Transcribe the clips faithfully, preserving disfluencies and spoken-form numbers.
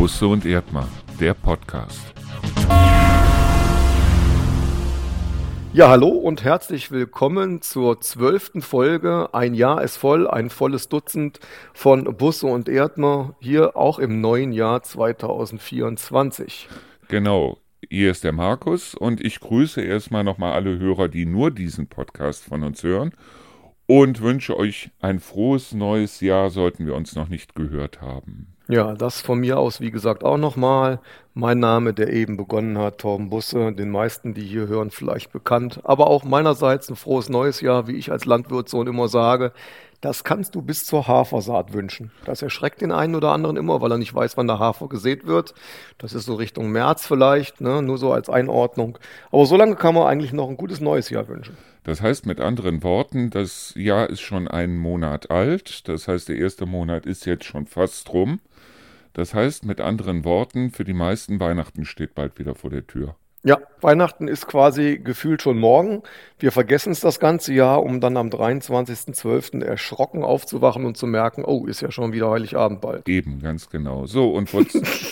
Busse und Erdmann, der Podcast. Ja, hallo und herzlich willkommen zur zwölften Folge. Ein Jahr ist voll, ein volles Dutzend von Busse und Erdmann, hier auch im neuen Jahr zweitausendvierundzwanzig. Genau, hier ist der Markus und ich grüße erstmal nochmal alle Hörer, die nur diesen Podcast von uns hören und wünsche euch ein frohes neues Jahr, sollten wir uns noch nicht gehört haben. Ja, das von mir aus, wie gesagt, auch nochmal. Mein Name, der eben begonnen hat, Torben Busse, den meisten, die hier hören, vielleicht bekannt. Aber auch meinerseits ein frohes neues Jahr, wie ich als Landwirtssohn immer sage. Das kannst du bis zur Hafersaat wünschen. Das erschreckt den einen oder anderen immer, weil er nicht weiß, wann der Hafer gesät wird. Das ist so Richtung März vielleicht, ne? Nur so als Einordnung. Aber so lange kann man eigentlich noch ein gutes neues Jahr wünschen. Das heißt mit anderen Worten, das Jahr ist schon einen Monat alt. Das heißt, der erste Monat ist jetzt schon fast rum. Das heißt mit anderen Worten, für die meisten Weihnachten steht bald wieder vor der Tür. Ja, Weihnachten ist quasi gefühlt schon morgen. Wir vergessen es das ganze Jahr, um dann am dreiundzwanzigsten zwölften erschrocken aufzuwachen und zu merken, oh, ist ja schon wieder Heiligabend bald. Eben, ganz genau. So, und vor,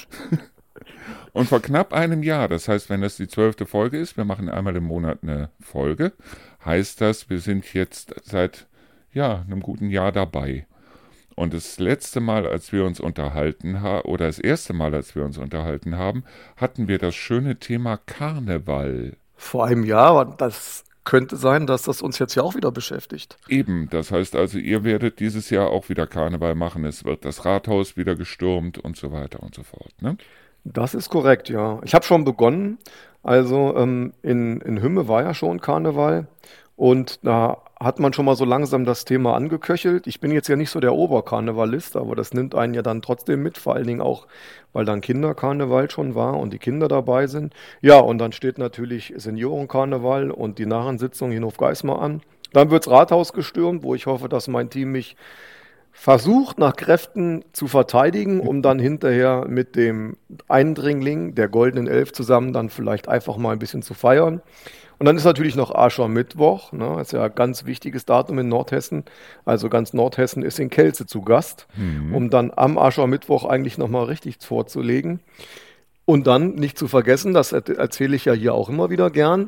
und vor knapp einem Jahr, das heißt, wenn das die zwölfte Folge ist, wir machen einmal im Monat eine Folge, heißt das, wir sind jetzt seit, ja, einem guten Jahr dabei. Und das letzte Mal, als wir uns unterhalten haben, oder das erste Mal, als wir uns unterhalten haben, hatten wir das schöne Thema Karneval. Vor einem Jahr, aber das könnte sein, dass das uns jetzt ja auch wieder beschäftigt. Eben, das heißt also, ihr werdet dieses Jahr auch wieder Karneval machen, es wird das Rathaus wieder gestürmt und so weiter und so fort, ne? Das ist korrekt, ja. Ich habe schon begonnen. Also ähm, in, in Hümme war ja schon Karneval und da hat man schon mal so langsam das Thema angeköchelt. Ich bin jetzt ja nicht so der Oberkarnevalist, aber das nimmt einen ja dann trotzdem mit, vor allen Dingen auch, weil dann Kinderkarneval schon war und die Kinder dabei sind. Ja, und dann steht natürlich Seniorenkarneval und die Narrensitzung in Hofgeismar an. Dann wirds Rathaus gestürmt, wo ich hoffe, dass mein Team mich versucht nach Kräften zu verteidigen, um dann hinterher mit dem Eindringling der Goldenen Elf zusammen dann vielleicht einfach mal ein bisschen zu feiern. Und dann ist natürlich noch Aschermittwoch, ne, ist ja ein ganz wichtiges Datum in Nordhessen. Also ganz Nordhessen ist in Kelze zu Gast, Mhm. um dann am Aschermittwoch eigentlich nochmal richtig vorzulegen. Und dann nicht zu vergessen, das er- erzähle ich ja hier auch immer wieder gern,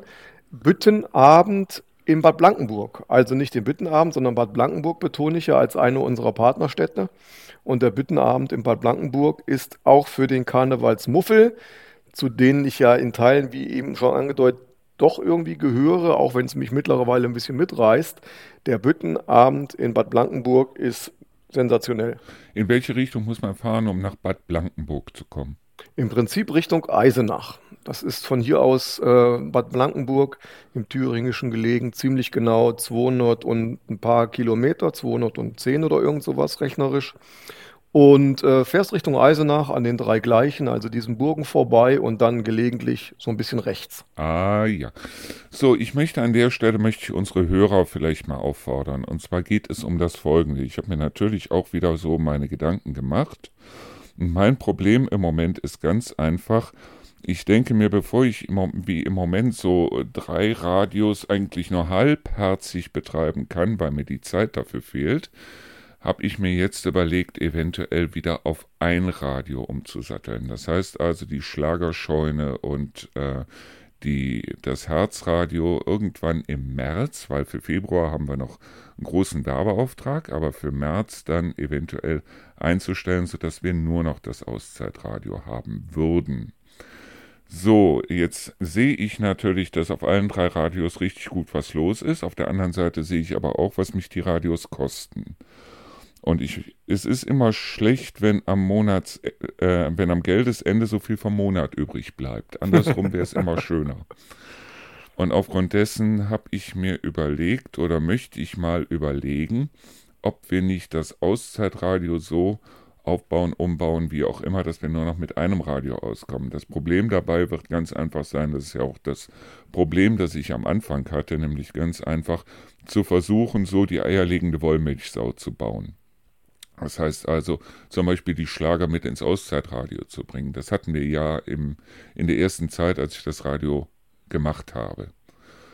Büttenabend in Bad Blankenburg. Also nicht den Büttenabend, sondern Bad Blankenburg betone ich ja als eine unserer Partnerstädte. Und der Büttenabend in Bad Blankenburg ist auch für den Karnevalsmuffel, zu denen ich ja in Teilen, wie eben schon angedeutet, doch irgendwie gehöre, auch wenn es mich mittlerweile ein bisschen mitreißt. Der Büttenabend in Bad Blankenburg ist sensationell. In welche Richtung muss man fahren, um nach Bad Blankenburg zu kommen? Im Prinzip Richtung Eisenach. Das ist von hier aus äh, Bad Blankenburg im Thüringischen gelegen, ziemlich genau zweihundert und ein paar Kilometer, zweihundertzehn oder irgend sowas rechnerisch. Und äh, fährst Richtung Eisenach an den drei Gleichen, also diesen Burgen vorbei und dann gelegentlich so ein bisschen rechts. Ah ja. So, ich möchte an der Stelle, möchte ich unsere Hörer vielleicht mal auffordern. Und zwar geht es um das Folgende. Ich habe mir natürlich auch wieder so meine Gedanken gemacht. Und mein Problem im Moment ist ganz einfach, ich denke mir, bevor ich im, Mo- wie im Moment so drei Radios eigentlich nur halbherzig betreiben kann, weil mir die Zeit dafür fehlt, habe ich mir jetzt überlegt, eventuell wieder auf ein Radio umzusatteln. Das heißt also die Schlagerscheune und äh, die, das Herzradio irgendwann im März, weil für Februar haben wir noch einen großen Werbeauftrag, aber für März dann eventuell einzustellen, sodass wir nur noch das Auszeitradio haben würden. So, jetzt sehe ich natürlich, dass auf allen drei Radios richtig gut was los ist. Auf der anderen Seite sehe ich aber auch, was mich die Radios kosten. Und ich, es ist immer schlecht, wenn am Monats, äh, wenn am Geldesende so viel vom Monat übrig bleibt. Andersrum wäre es immer schöner. Und aufgrund dessen habe ich mir überlegt oder möchte ich mal überlegen, ob wir nicht das Auszeitradio so aufbauen, umbauen, wie auch immer, dass wir nur noch mit einem Radio auskommen. Das Problem dabei wird ganz einfach sein, das ist ja auch das Problem, das ich am Anfang hatte, nämlich ganz einfach zu versuchen, so die eierlegende Wollmilchsau zu bauen. Das heißt also, zum Beispiel die Schlager mit ins Auszeitradio zu bringen. Das hatten wir ja im, in der ersten Zeit, als ich das Radio gemacht habe.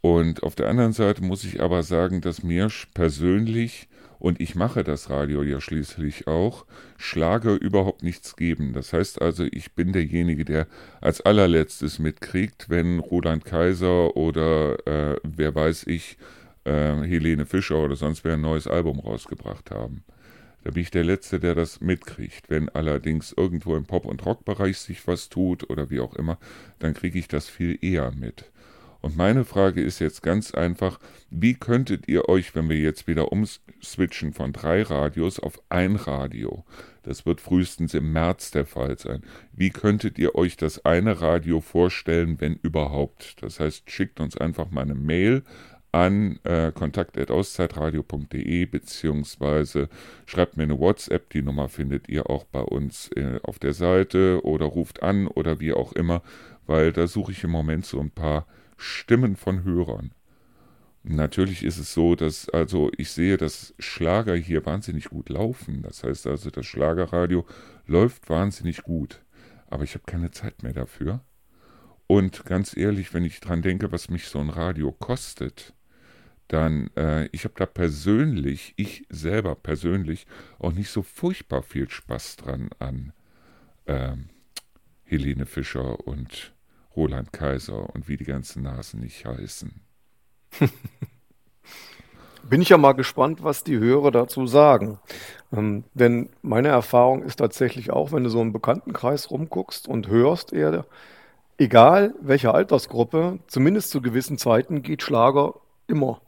Und auf der anderen Seite muss ich aber sagen, dass mir sch- persönlich, und ich mache das Radio ja schließlich auch, Schlager überhaupt nichts geben. Das heißt also, ich bin derjenige, der als allerletztes mitkriegt, wenn Roland Kaiser oder äh, wer weiß ich, äh, Helene Fischer oder sonst wer ein neues Album rausgebracht haben. Da bin ich der Letzte, der das mitkriegt. Wenn allerdings irgendwo im Pop- und Rockbereich sich was tut oder wie auch immer, dann kriege ich das viel eher mit. Und meine Frage ist jetzt ganz einfach, wie könntet ihr euch, wenn wir jetzt wieder umswitchen von drei Radios auf ein Radio, das wird frühestens im März der Fall sein, wie könntet ihr euch das eine Radio vorstellen, wenn überhaupt? Das heißt, schickt uns einfach mal eine Mail an äh, kontakt at auszeitradio punkt de beziehungsweise schreibt mir eine WhatsApp, die Nummer findet ihr auch bei uns äh, auf der Seite oder ruft an oder wie auch immer, weil da suche ich im Moment so ein paar Stimmen von Hörern. Natürlich ist es so, dass also ich sehe, dass Schlager hier wahnsinnig gut laufen. Das heißt also, das Schlagerradio läuft wahnsinnig gut. Aber ich habe keine Zeit mehr dafür. Und ganz ehrlich, wenn ich dran denke, was mich so ein Radio kostet, dann, äh, ich habe da persönlich, ich selber persönlich, auch nicht so furchtbar viel Spaß dran an ähm, Helene Fischer und Roland Kaiser und wie die ganzen Nasen nicht heißen. Bin ich ja mal gespannt, was die Hörer dazu sagen. Ähm, denn meine Erfahrung ist tatsächlich auch, wenn du so im Bekanntenkreis rumguckst und hörst, eher, egal welche Altersgruppe, zumindest zu gewissen Zeiten geht Schlager immer.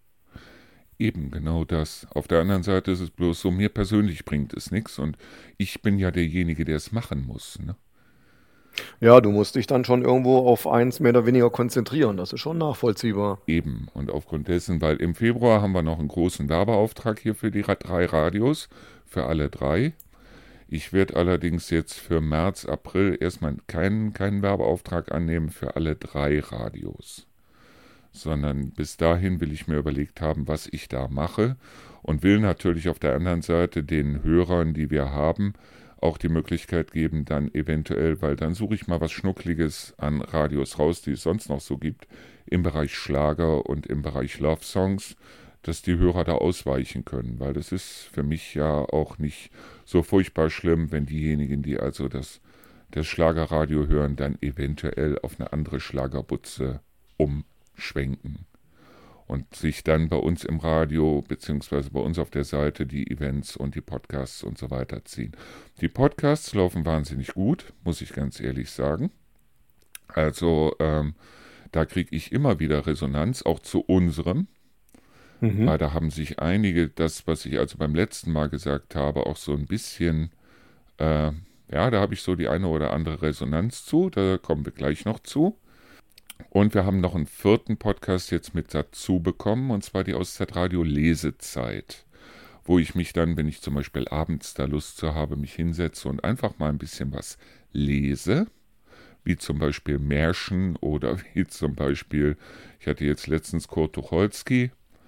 Eben genau das. Auf der anderen Seite ist es bloß so, mir persönlich bringt es nichts und ich bin ja derjenige, der es machen muss. Ne? Ja, du musst dich dann schon irgendwo auf eins mehr oder weniger konzentrieren. Das ist schon nachvollziehbar. Eben. Und aufgrund dessen, weil im Februar haben wir noch einen großen Werbeauftrag hier für die Ra- drei Radios, für alle drei. Ich werde allerdings jetzt für März, April erstmal keinen, keinen Werbeauftrag annehmen für alle drei Radios, sondern bis dahin will ich mir überlegt haben, was ich da mache und will natürlich auf der anderen Seite den Hörern, die wir haben, auch die Möglichkeit geben, dann eventuell, weil dann suche ich mal was Schnuckliges an Radios raus, die es sonst noch so gibt, im Bereich Schlager und im Bereich Love Songs, dass die Hörer da ausweichen können, weil das ist für mich ja auch nicht so furchtbar schlimm, wenn diejenigen, die also das, das Schlagerradio hören, dann eventuell auf eine andere Schlagerbutze umschwenken und sich dann bei uns im Radio beziehungsweise bei uns auf der Seite die Events und die Podcasts und so weiter ziehen. Die Podcasts laufen wahnsinnig gut, muss ich ganz ehrlich sagen. Also ähm, da kriege ich immer wieder Resonanz, auch zu unserem. Mhm. Weil da haben sich einige, das, was ich also beim letzten Mal gesagt habe, auch so ein bisschen, äh, ja, da habe ich so die eine oder andere Resonanz zu, da kommen wir gleich noch zu. Und wir haben noch einen vierten Podcast jetzt mit dazu bekommen, und zwar die Auszeitradio Lesezeit, wo ich mich dann, wenn ich zum Beispiel abends da Lust zu habe, mich hinsetze und einfach mal ein bisschen was lese, wie zum Beispiel Märchen oder wie zum Beispiel, ich hatte jetzt letztens Kurt Tucholsky,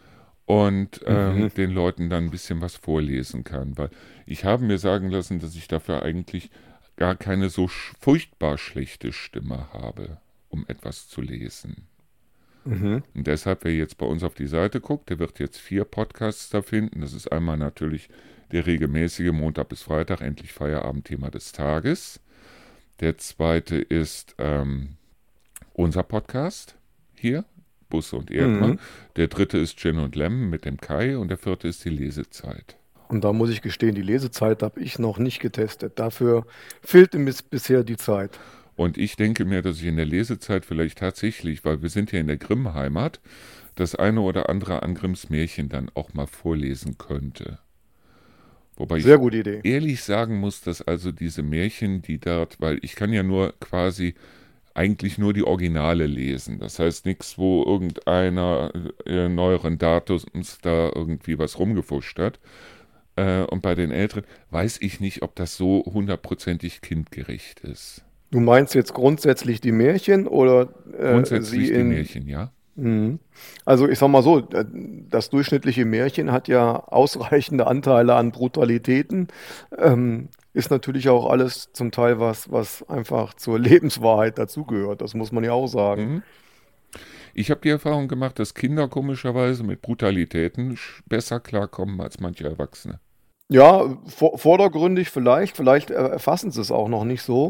und ähm, Mhm. den Leuten dann ein bisschen was vorlesen kann, weil ich habe mir sagen lassen, dass ich dafür eigentlich gar keine so sch furchtbar schlechte Stimme habe, um etwas zu lesen. Mhm. Und deshalb, wer jetzt bei uns auf die Seite guckt, der wird jetzt vier Podcasts da finden. Das ist einmal natürlich der regelmäßige Montag bis Freitag, endlich Feierabendthema des Tages. Der zweite ist ähm, unser Podcast hier, Busse und Erdmann. Mhm. Der dritte ist Gin und Lemon mit dem Kai und der vierte ist die Lesezeit. Und da muss ich gestehen, die Lesezeit habe ich noch nicht getestet. Dafür fehlte mir bisher die Zeit. Und ich denke mir, dass ich in der Lesezeit vielleicht tatsächlich, weil wir sind ja in der Grimm-Heimat, das eine oder andere an Grimms Märchen dann auch mal vorlesen könnte. Wobei Sehr ich gute Idee. ehrlich sagen muss, dass also diese Märchen, die dort, weil ich kann ja nur quasi eigentlich nur die Originale lesen. Das heißt nichts, wo irgendeiner äh, neueren Datums da irgendwie was rumgefuscht hat. Äh, und bei den Älteren weiß ich nicht, ob das so hundertprozentig kindgerecht ist. Du meinst jetzt grundsätzlich die Märchen oder äh, sie Grundsätzlich die in... Märchen, ja. Mhm. Also ich sag mal so, äh, das durchschnittliche Märchen hat ja ausreichende Anteile an Brutalitäten. Ähm, ist natürlich auch alles zum Teil was, was einfach zur Lebenswahrheit dazugehört. Das muss man ja auch sagen. Mhm. Ich habe die Erfahrung gemacht, dass Kinder komischerweise mit Brutalitäten sch- besser klarkommen als manche Erwachsene. Ja, vor, vordergründig vielleicht, vielleicht äh, erfassen sie es auch noch nicht so.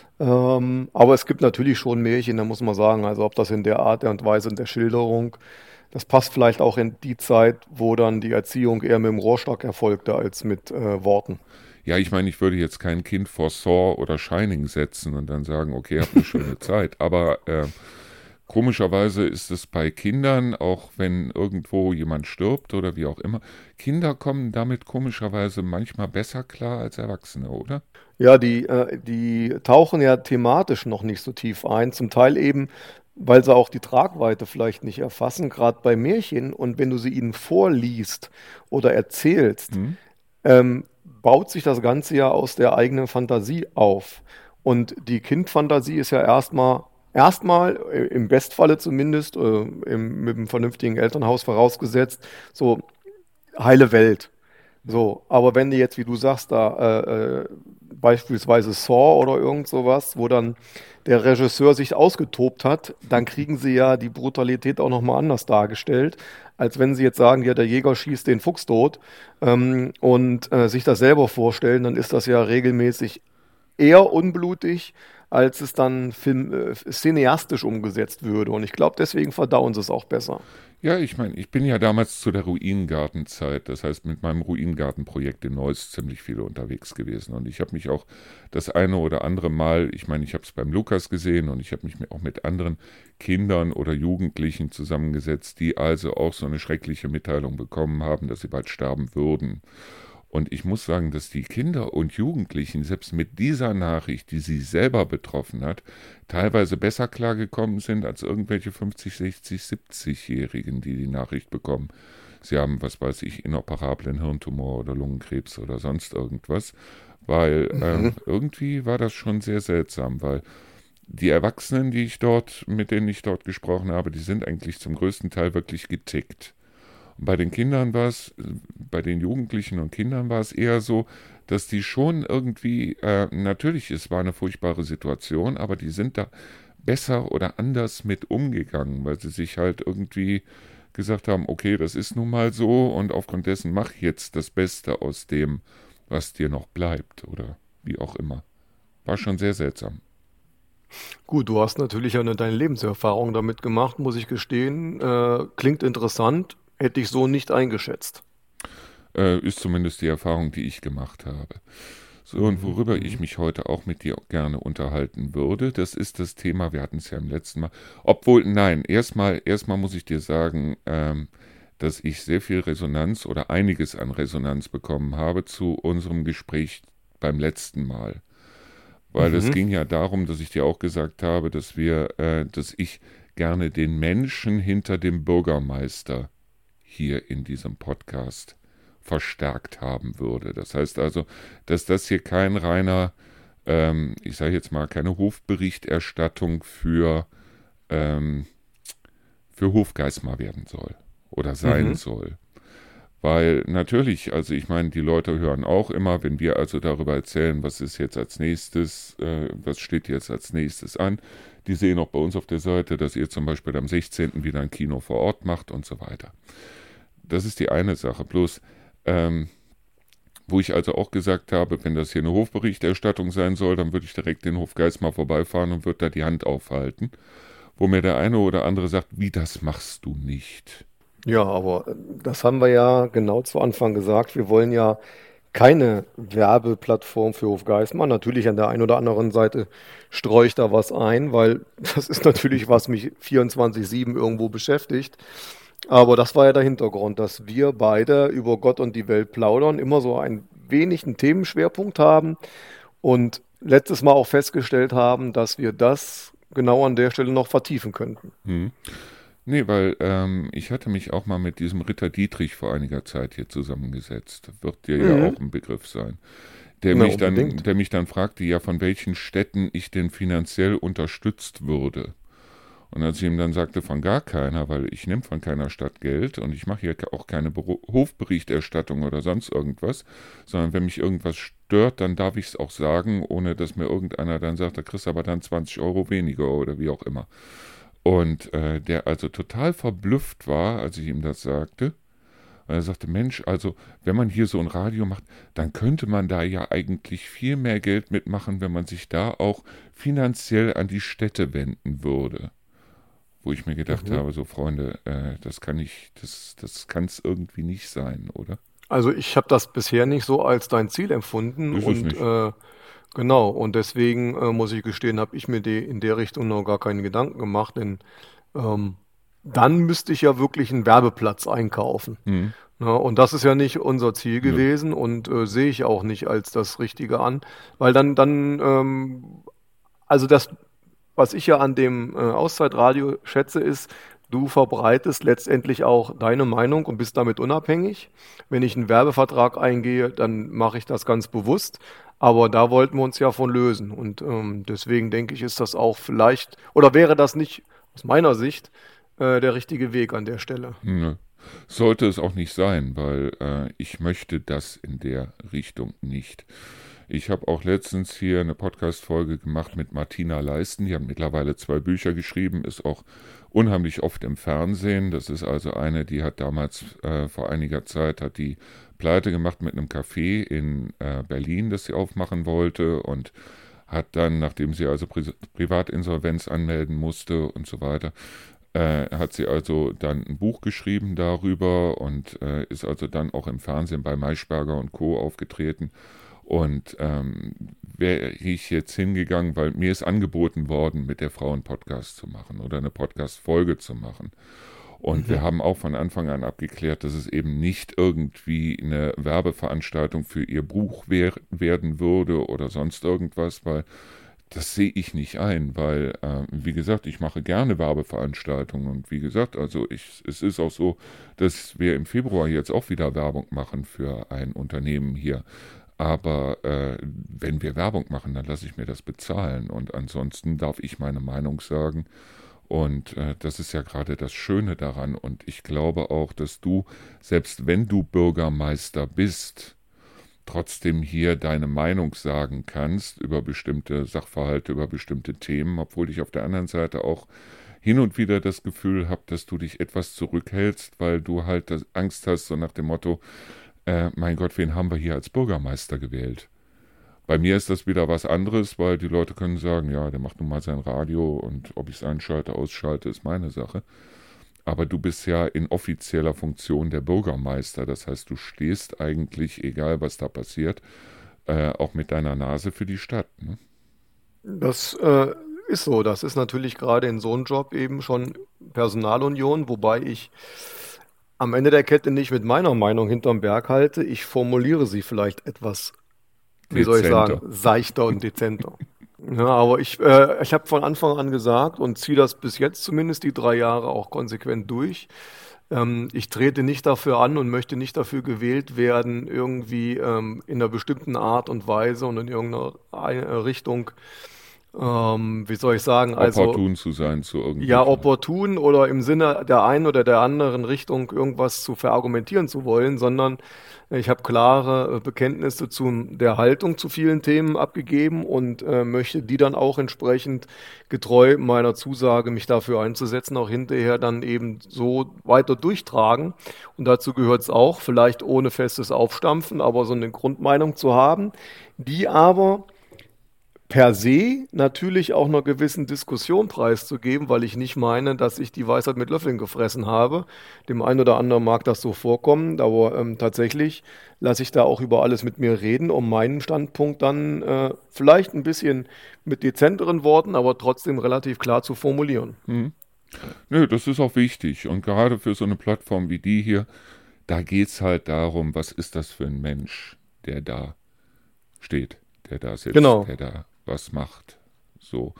Ähm, aber es gibt natürlich schon Märchen, da muss man sagen, also ob das in der Art und Weise in der Schilderung, das passt vielleicht auch in die Zeit, wo dann die Erziehung eher mit dem Rohrstock erfolgte als mit äh, Worten. Ja, ich meine, ich würde jetzt kein Kind vor Saw oder Shining setzen und dann sagen, okay, habt eine schöne Zeit. Aber äh, komischerweise ist es bei Kindern, auch wenn irgendwo jemand stirbt oder wie auch immer, Kinder kommen damit komischerweise manchmal besser klar als Erwachsene, oder? Ja, die, äh, die tauchen ja thematisch noch nicht so tief ein, zum Teil eben, weil sie auch die Tragweite vielleicht nicht erfassen, gerade bei Märchen. Und wenn du sie ihnen vorliest oder erzählst, Hm? ähm, baut sich das Ganze ja aus der eigenen Fantasie auf. Und die Kindfantasie ist ja erstmal, erstmal, äh, im Bestfalle zumindest, äh, im, mit einem vernünftigen Elternhaus vorausgesetzt, so heile Welt. So, aber wenn du jetzt, wie du sagst, da äh, äh, beispielsweise Saw oder irgend sowas, wo dann der Regisseur sich ausgetobt hat, dann kriegen sie ja die Brutalität auch nochmal anders dargestellt, als wenn sie jetzt sagen, ja, der Jäger schießt den Fuchs tot ähm, und äh, sich das selber vorstellen, dann ist das ja regelmäßig eher unblutig, als es dann film, äh, cineastisch umgesetzt würde. Und ich glaube, deswegen verdauen sie es auch besser. Ja, ich meine, ich bin ja damals zu der Ruinengartenzeit, das heißt mit meinem Ruinengartenprojekt in Neuss ziemlich viel unterwegs gewesen. Und ich habe mich auch das eine oder andere Mal, ich meine, ich habe es beim Lukas gesehen und ich habe mich auch mit anderen Kindern oder Jugendlichen zusammengesetzt, die also auch so eine schreckliche Mitteilung bekommen haben, dass sie bald sterben würden. Und ich muss sagen, dass die Kinder und Jugendlichen selbst mit dieser Nachricht, die sie selber betroffen hat, teilweise besser klargekommen sind als irgendwelche fünfzig, sechzig, siebzig-Jährigen, die die Nachricht bekommen. Sie haben, was weiß ich, inoperablen Hirntumor oder Lungenkrebs oder sonst irgendwas, weil ähm, Mhm. irgendwie war das schon sehr seltsam, weil die Erwachsenen, die ich dort, mit denen ich dort gesprochen habe, die sind eigentlich zum größten Teil wirklich getickt. Und bei den Kindern war es, bei den Jugendlichen und Kindern war es eher so, dass die schon irgendwie, äh, natürlich, es war eine furchtbare Situation, aber die sind da besser oder anders mit umgegangen, weil sie sich halt irgendwie gesagt haben, okay, das ist nun mal so und aufgrund dessen mach jetzt das Beste aus dem, was dir noch bleibt oder wie auch immer. War schon sehr seltsam. Gut, du hast natürlich eine deine Lebenserfahrung damit gemacht, muss ich gestehen. Äh, klingt interessant, hätte ich so nicht eingeschätzt. Äh, ist zumindest die Erfahrung, die ich gemacht habe. So, und Mhm, worüber ich mhm. mich heute auch mit dir gerne unterhalten würde, das ist das Thema, wir hatten es ja im letzten Mal. Obwohl, nein, erstmal, erstmal muss ich dir sagen, ähm, dass ich sehr viel Resonanz oder einiges an Resonanz bekommen habe zu unserem Gespräch beim letzten Mal. Weil es Mhm. ging ja darum, dass ich dir auch gesagt habe, dass wir, äh, dass ich gerne den Menschen hinter dem Bürgermeister hier in diesem Podcast verstärkt haben würde. Das heißt also, dass das hier kein reiner, ähm, ich sage jetzt mal, keine Hofberichterstattung für, ähm, für Hofgeismar werden soll oder sein Mhm. soll. Weil natürlich, also ich meine, die Leute hören auch immer, wenn wir also darüber erzählen, was ist jetzt als nächstes, äh, was steht jetzt als nächstes an. Die sehen auch bei uns auf der Seite, dass ihr zum Beispiel am sechzehnten wieder ein Kino vor Ort macht und so weiter. Das ist die eine Sache. Bloß, ähm, wo ich also auch gesagt habe, wenn das hier eine Hofberichterstattung sein soll, dann würde ich direkt den Hofgeist mal vorbeifahren und würde da die Hand aufhalten. Wo mir der eine oder andere sagt, wie, das machst du nicht. Ja, aber äh, das haben wir ja genau zu Anfang gesagt. Wir wollen ja keine Werbeplattform für Hofgeismar. Natürlich an der einen oder anderen Seite streue ich da was ein, weil das ist natürlich, was mich vierundzwanzig sieben irgendwo beschäftigt. Aber das war ja der Hintergrund, dass wir beide über Gott und die Welt plaudern, immer so ein wenig einen Themenschwerpunkt haben und letztes Mal auch festgestellt haben, dass wir das genau an der Stelle noch vertiefen könnten. Hm. Nee, weil ähm, ich hatte mich auch mal mit diesem Ritter Dietrich vor einiger Zeit hier zusammengesetzt. Wird dir ja Mhm. auch ein Begriff sein. Der Na, mich dann, unbedingt. der mich dann fragte, ja, von welchen Städten ich denn finanziell unterstützt würde. Und als ich ihm dann sagte, von gar keiner, weil ich nehme von keiner Stadt Geld und ich mache hier auch keine Beru- Hofberichterstattung oder sonst irgendwas, sondern wenn mich irgendwas stört, dann darf ich es auch sagen, ohne dass mir irgendeiner dann sagt, da kriegst du aber dann zwanzig Euro weniger oder wie auch immer. Und äh, der also total verblüfft war, als ich ihm das sagte. Und er sagte, Mensch, also wenn man hier so ein Radio macht, dann könnte man da ja eigentlich viel mehr Geld mitmachen, wenn man sich da auch finanziell an die Städte wenden würde. Wo ich mir gedacht Mhm. habe, so Freunde, äh, das kann ich, das, das kann es irgendwie nicht sein, oder? Also ich habe das bisher nicht so als dein Ziel empfunden Ist es und nicht. äh, genau, und deswegen äh, muss ich gestehen, habe ich mir die, in der Richtung noch gar keine Gedanken gemacht, denn ähm, dann müsste ich ja wirklich einen Werbeplatz einkaufen. Hm, Ne? Und das ist ja nicht unser Ziel nö. gewesen und äh, sehe ich auch nicht als das Richtige an, weil dann, dann, ähm, also das, was ich ja an dem äh, Auszeitradio schätze, ist, du verbreitest letztendlich auch deine Meinung und bist damit unabhängig. Wenn ich einen Werbevertrag eingehe, dann mache ich das ganz bewusst. Aber da wollten wir uns ja von lösen. Und ähm, deswegen denke ich, ist das auch vielleicht, oder wäre das nicht aus meiner Sicht äh, der richtige Weg an der Stelle. Nö. Sollte es auch nicht sein, weil äh, ich möchte das in der Richtung nicht. Ich habe auch letztens hier eine Podcast-Folge gemacht mit Martina Leisten. Die hat mittlerweile zwei Bücher geschrieben, ist auch unheimlich oft im Fernsehen. Das ist also eine, die hat damals äh, vor einiger Zeit hat die Pleite gemacht mit einem Café in äh, Berlin, das sie aufmachen wollte und hat dann, nachdem sie also Pri Privatinsolvenz anmelden musste und so weiter, äh, hat sie also dann ein Buch geschrieben darüber und äh, ist also dann auch im Fernsehen bei Maischberger und Co. aufgetreten. Und ähm, wäre ich jetzt hingegangen, weil mir ist angeboten worden, mit der Frau einen Podcast zu machen oder eine Podcast-Folge zu machen. Und wir Mhm. haben auch von Anfang an abgeklärt, dass es eben nicht irgendwie eine Werbeveranstaltung für ihr Buch wer werden würde oder sonst irgendwas, weil das sehe ich nicht ein, weil, äh, wie gesagt, ich mache gerne Werbeveranstaltungen und wie gesagt, also ich, es ist auch so, dass wir im Februar jetzt auch wieder Werbung machen für ein Unternehmen hier. Aber äh, wenn wir Werbung machen, dann lasse ich mir das bezahlen und ansonsten darf ich meine Meinung sagen. Und äh, das ist ja gerade das Schöne daran. Und ich glaube auch, dass du, selbst wenn du Bürgermeister bist, trotzdem hier deine Meinung sagen kannst über bestimmte Sachverhalte, über bestimmte Themen, obwohl ich auf der anderen Seite auch hin und wieder das Gefühl habe, dass du dich etwas zurückhältst, weil du halt das Angst hast, so nach dem Motto, äh, mein Gott, wen haben wir hier als Bürgermeister gewählt? Bei mir ist das wieder was anderes, weil die Leute können sagen, ja, der macht nun mal sein Radio und ob ich es einschalte, ausschalte, ist meine Sache. Aber du bist ja in offizieller Funktion der Bürgermeister. Das heißt, du stehst eigentlich, egal was da passiert, äh, auch mit deiner Nase für die Stadt. Ne? Das äh, ist so. Das ist natürlich gerade in so einem Job eben schon Personalunion, wobei ich am Ende der Kette nicht mit meiner Meinung hinterm Berg halte. Ich formuliere sie vielleicht etwas, wie soll ich sagen, Dezenter. seichter und dezenter. Ja, aber ich, äh, ich habe von Anfang an gesagt und ziehe das bis jetzt zumindest die drei Jahre auch konsequent durch. Ähm, ich trete nicht dafür an und möchte nicht dafür gewählt werden, irgendwie ähm, in einer bestimmten Art und Weise und in irgendeiner Ei- äh, Richtung, ähm, wie soll ich sagen, also Opportun zu sein zu ja, irgendwelchen. opportun oder im Sinne der einen oder der anderen Richtung irgendwas zu verargumentieren zu wollen, sondern ich habe klare äh, Bekenntnisse zu der Haltung zu vielen Themen abgegeben und äh, möchte die dann auch entsprechend getreu meiner Zusage, mich dafür einzusetzen, auch hinterher dann eben so weiter durchtragen. Und dazu gehört es auch, vielleicht ohne festes Aufstampfen, aber so eine Grundmeinung zu haben, die aber per se natürlich auch einer gewissen Diskussion preiszugeben, weil ich nicht meine, dass ich die Weisheit mit Löffeln gefressen habe. Dem einen oder anderen mag das so vorkommen, aber ähm, tatsächlich lasse ich da auch über alles mit mir reden, um meinen Standpunkt dann äh, vielleicht ein bisschen mit dezenteren Worten, aber trotzdem relativ klar zu formulieren. Hm? Nö, das ist auch wichtig. Und gerade für so eine Plattform wie die hier, da geht es halt darum, was ist das für ein Mensch, der da steht, der da sitzt, Genau. der da was macht. So.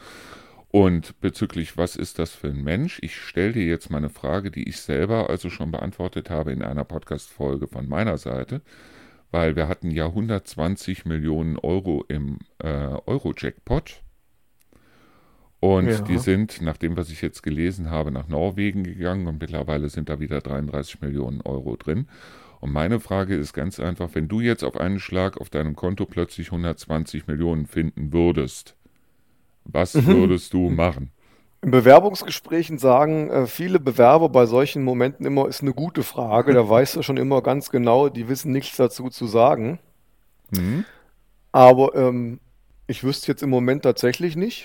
Und bezüglich, was ist das für ein Mensch? Ich stelle dir jetzt mal eine Frage, die ich selber also schon beantwortet habe in einer Podcast-Folge von meiner Seite, weil wir hatten ja hundertzwanzig Millionen Euro im äh, Euro-Jackpot und die Ja. sind, nach dem, was ich jetzt gelesen habe, nach Norwegen gegangen und mittlerweile sind da wieder dreiunddreißig Millionen Euro drin. Und meine Frage ist ganz einfach, wenn du jetzt auf einen Schlag auf deinem Konto plötzlich hundertzwanzig Millionen finden würdest, was Mhm. würdest du machen? In Bewerbungsgesprächen sagen äh, viele Bewerber bei solchen Momenten immer, ist eine gute Frage. Da weißt du schon immer ganz genau, die wissen nichts dazu zu sagen. Hm? Aber ähm, ich wüsste jetzt im Moment tatsächlich nicht.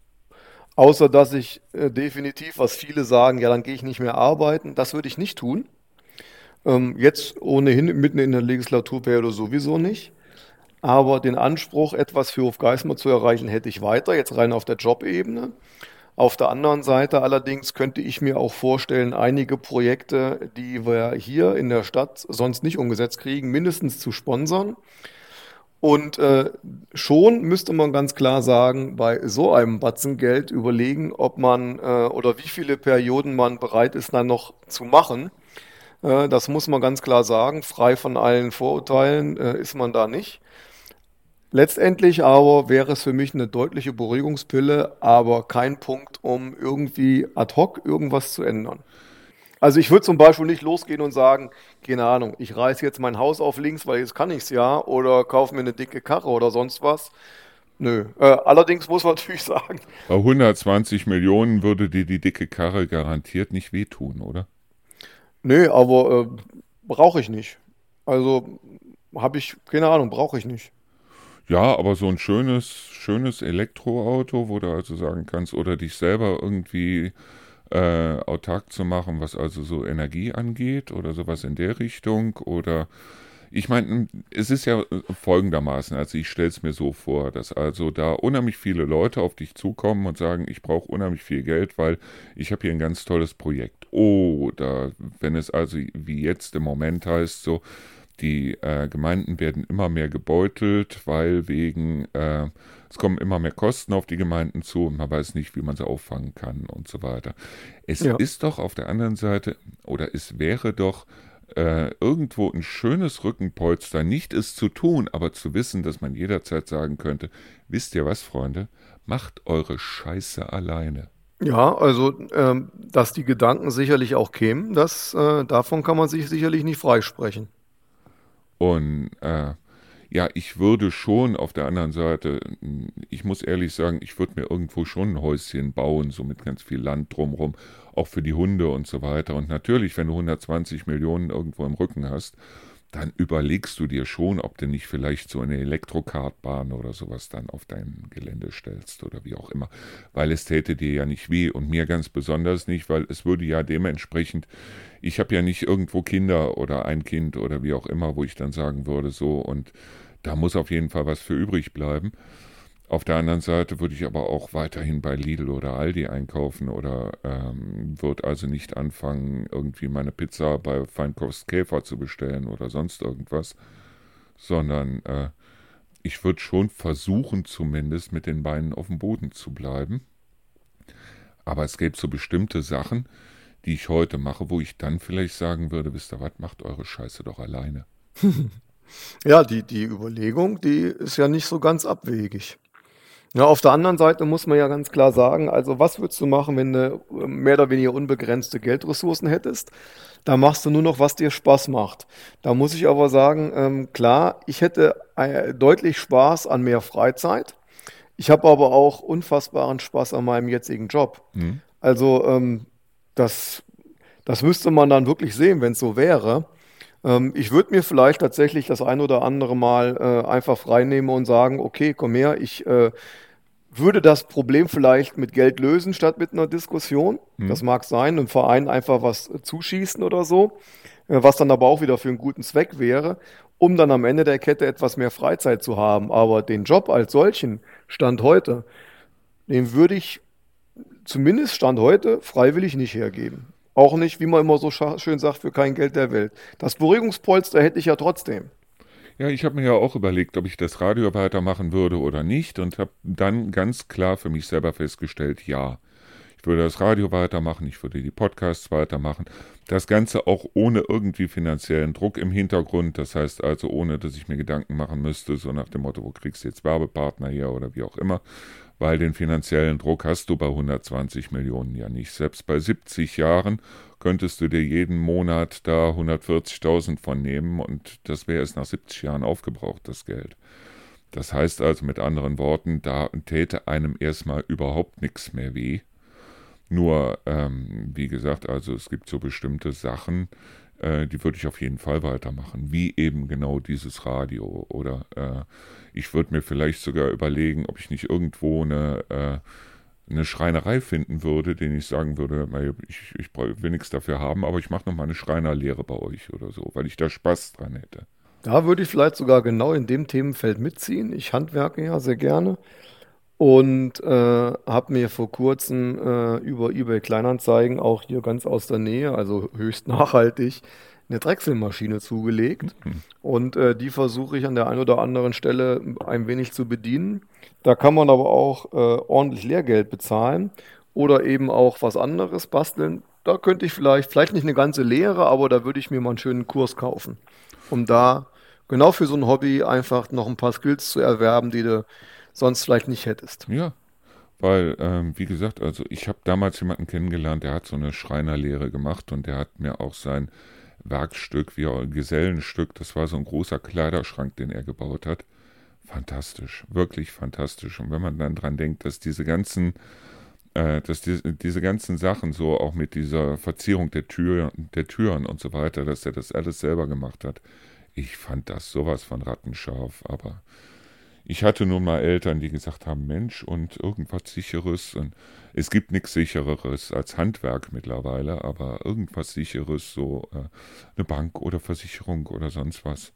Außer dass ich äh, definitiv, was viele sagen, ja, dann gehe ich nicht mehr arbeiten. Das würde ich nicht tun. Ähm, jetzt ohnehin mitten in der Legislaturperiode sowieso nicht. Aber den Anspruch, etwas für Hofgeismar zu erreichen, hätte ich weiter, jetzt rein auf der Jobebene. Auf der anderen Seite allerdings könnte ich mir auch vorstellen, einige Projekte, die wir hier in der Stadt sonst nicht umgesetzt kriegen, mindestens zu sponsern. Und äh, schon müsste man ganz klar sagen, bei so einem Batzen Geld überlegen, ob man äh, oder wie viele Perioden man bereit ist, dann noch zu machen. Äh, das muss man ganz klar sagen. Frei von allen Vorurteilen äh, ist man da nicht. Letztendlich aber wäre es für mich eine deutliche Beruhigungspille, aber kein Punkt, um irgendwie ad hoc irgendwas zu ändern. Also ich würde zum Beispiel nicht losgehen und sagen, keine Ahnung, ich reiße jetzt mein Haus auf links, weil jetzt kann ich es ja, oder kaufe mir eine dicke Karre oder sonst was. Nö. Äh, allerdings muss man natürlich sagen, Bei hundertzwanzig Millionen würde dir die dicke Karre garantiert nicht wehtun, oder? nö, aber äh, brauche ich nicht. Also habe ich, keine Ahnung, brauche ich nicht. Ja, aber so ein schönes, schönes Elektroauto, wo du also sagen kannst, oder dich selber irgendwie äh, autark zu machen, was also so Energie angeht oder sowas in der Richtung. Oder ich meine, es ist ja folgendermaßen, also ich stelle es mir so vor, dass also da unheimlich viele Leute auf dich zukommen und sagen, ich brauche unheimlich viel Geld, weil ich habe hier ein ganz tolles Projekt. Oder wenn es also wie jetzt im Moment heißt, so, die äh, Gemeinden werden immer mehr gebeutelt, weil wegen, äh, es kommen immer mehr Kosten auf die Gemeinden zu und man weiß nicht, wie man sie auffangen kann und so weiter. Es Ja. ist doch auf der anderen Seite, oder es wäre doch äh, irgendwo ein schönes Rückenpolster, nicht es zu tun, aber zu wissen, dass man jederzeit sagen könnte, wisst ihr was, Freunde, macht eure Scheiße alleine. Ja, also ähm, dass die Gedanken sicherlich auch kämen, das, äh, davon kann man sich sicherlich nicht freisprechen. Und äh, ja, ich würde schon auf der anderen Seite, ich muss ehrlich sagen, ich würde mir irgendwo schon ein Häuschen bauen, so mit ganz viel Land drumherum, auch für die Hunde und so weiter. Und natürlich, wenn du hundertzwanzig Millionen irgendwo im Rücken hast, dann überlegst du dir schon, ob du nicht vielleicht so eine Elektrokartbahn oder sowas dann auf dein Gelände stellst oder wie auch immer. Weil es täte dir ja nicht weh und mir ganz besonders nicht, weil es würde ja dementsprechend, ich habe ja nicht irgendwo Kinder oder ein Kind oder wie auch immer, wo ich dann sagen würde, so und da muss auf jeden Fall was für übrig bleiben. Auf der anderen Seite würde ich aber auch weiterhin bei Lidl oder Aldi einkaufen oder ähm, würde also nicht anfangen, irgendwie meine Pizza bei Feinkost Käfer zu bestellen oder sonst irgendwas, sondern äh, ich würde schon versuchen, zumindest mit den Beinen auf dem Boden zu bleiben. Aber es gäbe so bestimmte Sachen, die ich heute mache, wo ich dann vielleicht sagen würde, wisst ihr was, macht eure Scheiße doch alleine. Ja, die, die Überlegung, die ist ja nicht so ganz abwegig. Ja, auf der anderen Seite muss man ja ganz klar sagen, also was würdest du machen, wenn du äh, mehr oder weniger unbegrenzte Geldressourcen hättest? Da machst du nur noch, was dir Spaß macht. Da muss ich aber sagen, ähm, klar, ich hätte äh, deutlich Spaß an mehr Freizeit. Ich habe aber auch unfassbaren Spaß an meinem jetzigen Job. Hm? Also ähm, das, das müsste man dann wirklich sehen, wenn es so wäre. Ähm, ich würde mir vielleicht tatsächlich das ein oder andere Mal äh, einfach freinehmen und sagen, okay, komm her, ich äh, würde das Problem vielleicht mit Geld lösen statt mit einer Diskussion. Hm? Das mag sein, im Verein einfach was äh, zuschießen oder so, äh, was dann aber auch wieder für einen guten Zweck wäre, um dann am Ende der Kette etwas mehr Freizeit zu haben. Aber den Job als solchen, Stand heute, den würde ich zumindest Stand heute freiwillig nicht hergeben. Auch nicht, wie man immer so scha- schön sagt, für kein Geld der Welt. Das Beruhigungspolster hätte ich ja trotzdem. Ja, ich habe mir ja auch überlegt, ob ich das Radio weitermachen würde oder nicht und habe dann ganz klar für mich selber festgestellt, ja, ich würde das Radio weitermachen, ich würde die Podcasts weitermachen. Das Ganze auch ohne irgendwie finanziellen Druck im Hintergrund, das heißt also ohne, dass ich mir Gedanken machen müsste, so nach dem Motto, wo kriegst du jetzt Werbepartner her oder wie auch immer, weil den finanziellen Druck hast du bei hundertzwanzig Millionen ja nicht. Selbst bei siebzig Jahren könntest du dir jeden Monat da hundertvierzigtausend von nehmen und das wäre es nach siebzig Jahren aufgebraucht, das Geld. Das heißt also mit anderen Worten, da täte einem erstmal überhaupt nichts mehr weh. Nur, ähm, wie gesagt, also es gibt so bestimmte Sachen, äh, die würde ich auf jeden Fall weitermachen, wie eben genau dieses Radio. Oder äh, ich würde mir vielleicht sogar überlegen, ob ich nicht irgendwo eine, äh, eine Schreinerei finden würde, denen ich sagen würde, na, ich, ich brauch- will nichts dafür haben, aber ich mache noch mal eine Schreinerlehre bei euch oder so, weil ich da Spaß dran hätte. Da würde ich vielleicht sogar genau in dem Themenfeld mitziehen. Ich handwerke ja sehr gerne und äh, habe mir vor kurzem äh, über eBay Kleinanzeigen auch hier ganz aus der Nähe, also höchst nachhaltig, eine Drechselmaschine zugelegt. Hm. Und äh, die versuche ich an der einen oder anderen Stelle ein wenig zu bedienen. Da kann man aber auch äh, ordentlich Lehrgeld bezahlen oder eben auch was anderes basteln. Da könnte ich vielleicht, vielleicht nicht eine ganze Lehre, aber da würde ich mir mal einen schönen Kurs kaufen, um da genau für so ein Hobby einfach noch ein paar Skills zu erwerben, die du sonst vielleicht nicht hättest. Ja, weil, ähm, wie gesagt, also ich habe damals jemanden kennengelernt, der hat so eine Schreinerlehre gemacht und der hat mir auch sein Werkstück, wie auch ein Gesellenstück, das war so ein großer Kleiderschrank, den er gebaut hat. Fantastisch, wirklich fantastisch. Und wenn man dann dran denkt, dass diese ganzen, äh, dass die, diese ganzen Sachen so auch mit dieser Verzierung der Tür, der Türen und so weiter, dass er das alles selber gemacht hat, ich fand das sowas von rattenscharf, aber ich hatte nun mal Eltern, die gesagt haben, Mensch, und irgendwas Sicheres. Und es gibt nichts Sichereres als Handwerk mittlerweile, aber irgendwas Sicheres, so äh, eine Bank oder Versicherung oder sonst was.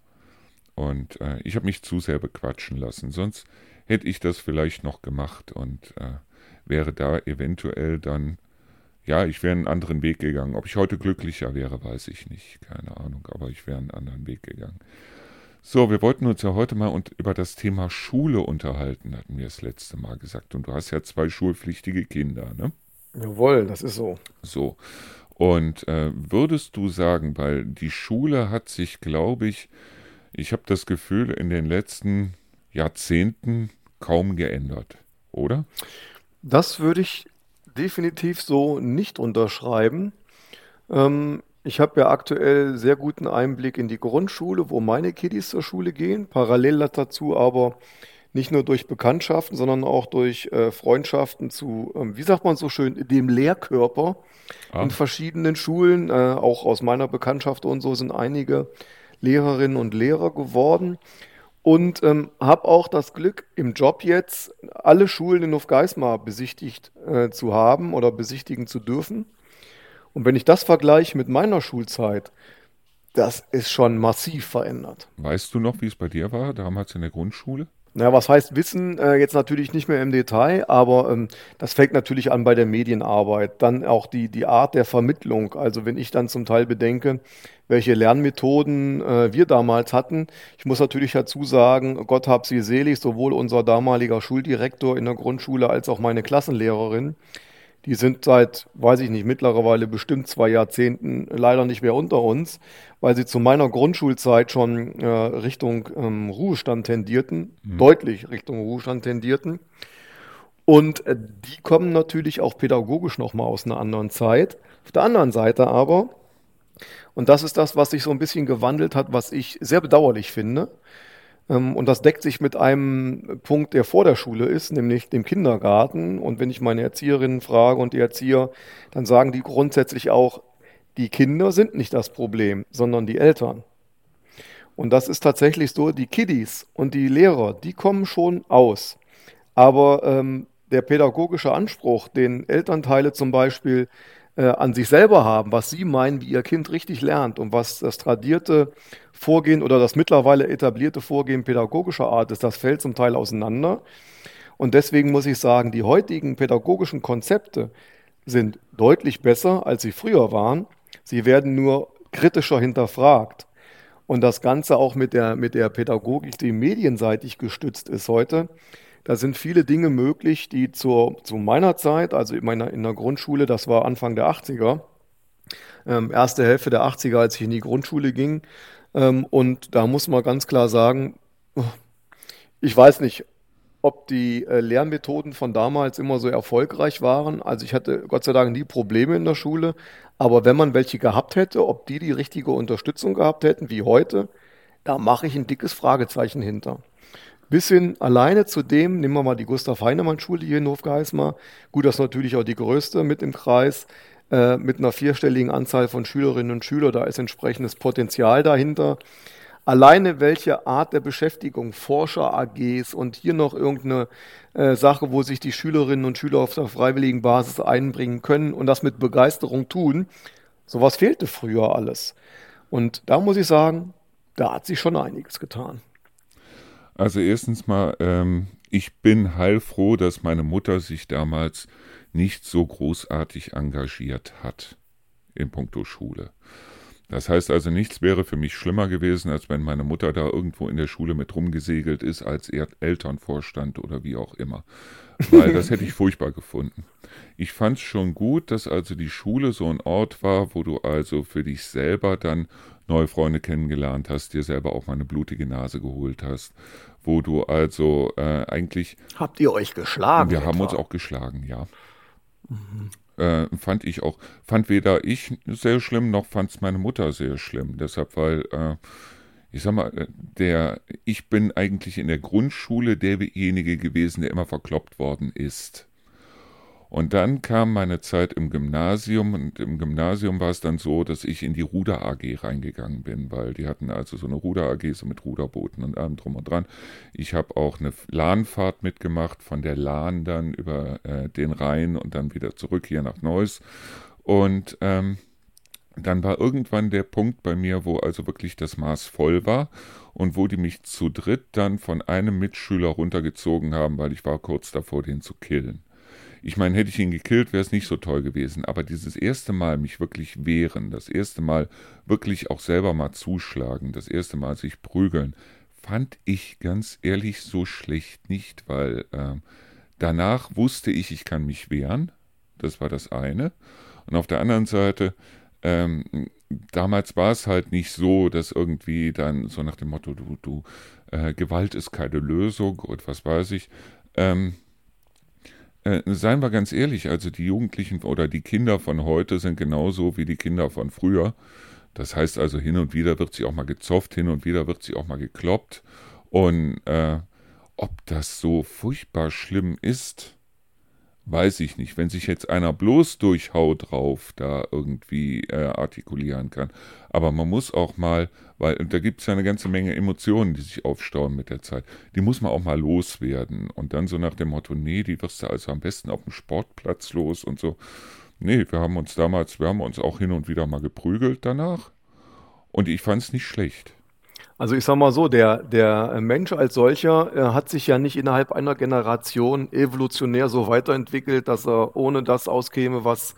Und äh, ich habe mich zu sehr bequatschen lassen. Sonst hätte ich das vielleicht noch gemacht und äh, wäre da eventuell dann, ja, ich wäre einen anderen Weg gegangen. Ob ich heute glücklicher wäre, weiß ich nicht. Keine Ahnung, aber ich wäre einen anderen Weg gegangen. So, wir wollten uns ja heute mal und über das Thema Schule unterhalten, hatten wir das letzte Mal gesagt. Und du hast ja zwei schulpflichtige Kinder, ne? Jawohl, das ist so. So. Und äh, würdest du sagen, weil die Schule hat sich, glaube ich, ich habe das Gefühl, in den letzten Jahrzehnten kaum geändert, oder? Das würde ich definitiv so nicht unterschreiben. Ähm, ich habe ja aktuell sehr guten Einblick in die Grundschule, wo meine Kiddies zur Schule gehen. Parallel dazu aber nicht nur durch Bekanntschaften, sondern auch durch äh, Freundschaften zu, ähm, wie sagt man so schön, dem Lehrkörper in Ah, verschiedenen Schulen. Äh, auch aus meiner Bekanntschaft und so sind einige Lehrerinnen und Lehrer geworden. Und ähm, habe auch das Glück, im Job jetzt alle Schulen in Hofgeismar besichtigt äh, zu haben oder besichtigen zu dürfen. Und wenn ich das vergleiche mit meiner Schulzeit, das ist schon massiv verändert. weißt du noch, wie es bei dir war, damals in der Grundschule? Naja, was heißt Wissen? Äh, jetzt natürlich nicht mehr im Detail, aber ähm, das fängt natürlich an bei der Medienarbeit. Dann auch die, die Art der Vermittlung. Also wenn ich dann zum Teil bedenke, welche Lernmethoden äh, wir damals hatten. Ich muss natürlich dazu sagen, Gott hab sie selig, sowohl unser damaliger Schuldirektor in der Grundschule als auch meine Klassenlehrerin. Die sind seit, weiß ich nicht, mittlerweile bestimmt zwei Jahrzehnten leider nicht mehr unter uns, weil sie zu meiner Grundschulzeit schon äh, Richtung ähm, Ruhestand tendierten, Hm. deutlich Richtung Ruhestand tendierten. Und äh, die kommen natürlich auch pädagogisch nochmal aus einer anderen Zeit. Auf der anderen Seite aber, und das ist das, was sich so ein bisschen gewandelt hat, was ich sehr bedauerlich finde, ähm, und das deckt sich mit einem Punkt, der vor der Schule ist, nämlich dem Kindergarten. Und wenn ich meine Erzieherinnen frage und die Erzieher, dann sagen die grundsätzlich auch, die Kinder sind nicht das Problem, sondern die Eltern. Und das ist tatsächlich so, die Kiddies und die Lehrer, die kommen schon aus. Aber ähm, der pädagogische Anspruch, den Elternteile zum Beispiel äh, an sich selber haben, was sie meinen, wie ihr Kind richtig lernt und was das tradierte Vorgehen oder das mittlerweile etablierte Vorgehen pädagogischer Art ist, das fällt zum Teil auseinander. Und deswegen muss ich sagen, die heutigen pädagogischen Konzepte sind deutlich besser, als sie früher waren. Sie werden nur kritischer hinterfragt. Und das Ganze auch mit der, mit der Pädagogik, die medienseitig gestützt ist heute. Da sind viele Dinge möglich, die zur, zu meiner Zeit, also in meiner, in der Grundschule, das war Anfang der achtziger, ähm, erste Hälfte der achtziger, als ich in die Grundschule ging. Ähm, und da muss man ganz klar sagen, ich weiß nicht, ob die äh, Lehrmethoden von damals immer so erfolgreich waren. Also ich hatte Gott sei Dank nie Probleme in der Schule. Aber wenn man welche gehabt hätte, ob die die richtige Unterstützung gehabt hätten wie heute, da mache ich ein dickes Fragezeichen hinter. bis hin alleine zu dem, nehmen wir mal die Gustav-Heinemann-Schule hier in Hofgeismar. Gut, das ist natürlich auch die größte mit im Kreis, äh, mit einer vierstelligen Anzahl von Schülerinnen und Schülern. Da ist entsprechendes Potenzial dahinter. Alleine welche Art der Beschäftigung, Forscher-A Gs und hier noch irgendeine äh, Sache, wo sich die Schülerinnen und Schüler auf der freiwilligen Basis einbringen können und das mit Begeisterung tun, sowas fehlte früher alles. Und da muss ich sagen, da hat sich schon einiges getan. Also erstens mal, ähm, ich bin heilfroh, dass meine Mutter sich damals nicht so großartig engagiert hat in puncto Schule. Das heißt also, nichts wäre für mich schlimmer gewesen, als wenn meine Mutter da irgendwo in der Schule mit rumgesegelt ist als ihr Elternvorstand oder wie auch immer. Weil das hätte ich furchtbar gefunden. Ich fand es schon gut, dass also die Schule so ein Ort war, wo du also für dich selber dann neue Freunde kennengelernt hast, dir selber auch mal eine blutige Nase geholt hast, wo du also äh, eigentlich... Habt ihr euch geschlagen Wir haben etwa? uns auch geschlagen, ja. Äh, fand ich auch, fand weder ich sehr schlimm, noch fand es meine Mutter sehr schlimm. Deshalb, weil, äh, ich sag mal, äh, der, ich bin eigentlich in der Grundschule derjenige gewesen, der immer verkloppt worden ist. Und dann kam meine Zeit im Gymnasium und im Gymnasium war es dann so, dass ich in die Ruder-A G reingegangen bin, weil die hatten also so eine Ruder-A G, so mit Ruderbooten und allem drum und dran. Ich habe auch eine Lahnfahrt mitgemacht, von der Lahn dann über äh, den Rhein und dann wieder zurück hier nach Neuss. Und ähm, dann war irgendwann der Punkt bei mir, wo also wirklich das Maß voll war und wo die mich zu dritt dann von einem Mitschüler runtergezogen haben, weil ich war kurz davor, den zu killen. Ich meine, hätte ich ihn gekillt, wäre es nicht so toll gewesen. Aber dieses erste Mal mich wirklich wehren, das erste Mal wirklich auch selber mal zuschlagen, das erste Mal sich prügeln, fand ich ganz ehrlich so schlecht nicht, weil äh, danach wusste ich, ich kann mich wehren. Das war das eine. Und auf der anderen Seite, ähm, damals war es halt nicht so, dass irgendwie dann so nach dem Motto, du, du, äh, Gewalt ist keine Lösung und was weiß ich, ähm, Äh, seien wir ganz ehrlich, also die Jugendlichen oder die Kinder von heute sind genauso wie die Kinder von früher. Das heißt also, hin und wieder wird sie auch mal gezofft, hin und wieder wird sie auch mal gekloppt. Und äh, ob das so furchtbar schlimm ist, weiß ich nicht. Wenn sich jetzt einer bloß durch Haut drauf da irgendwie äh, artikulieren kann. Aber man muss auch mal, weil da gibt es ja eine ganze Menge Emotionen, die sich aufstauen mit der Zeit. Die muss man auch mal loswerden. Und dann so nach dem Motto, nee, die wirst du also am besten auf dem Sportplatz los und so. Nee, wir haben uns damals, wir haben uns auch hin und wieder mal geprügelt danach. Und ich fand es nicht schlecht. Also ich sag mal so, der, der Mensch als solcher äh, hat sich ja nicht innerhalb einer Generation evolutionär so weiterentwickelt, dass er ohne das auskäme, was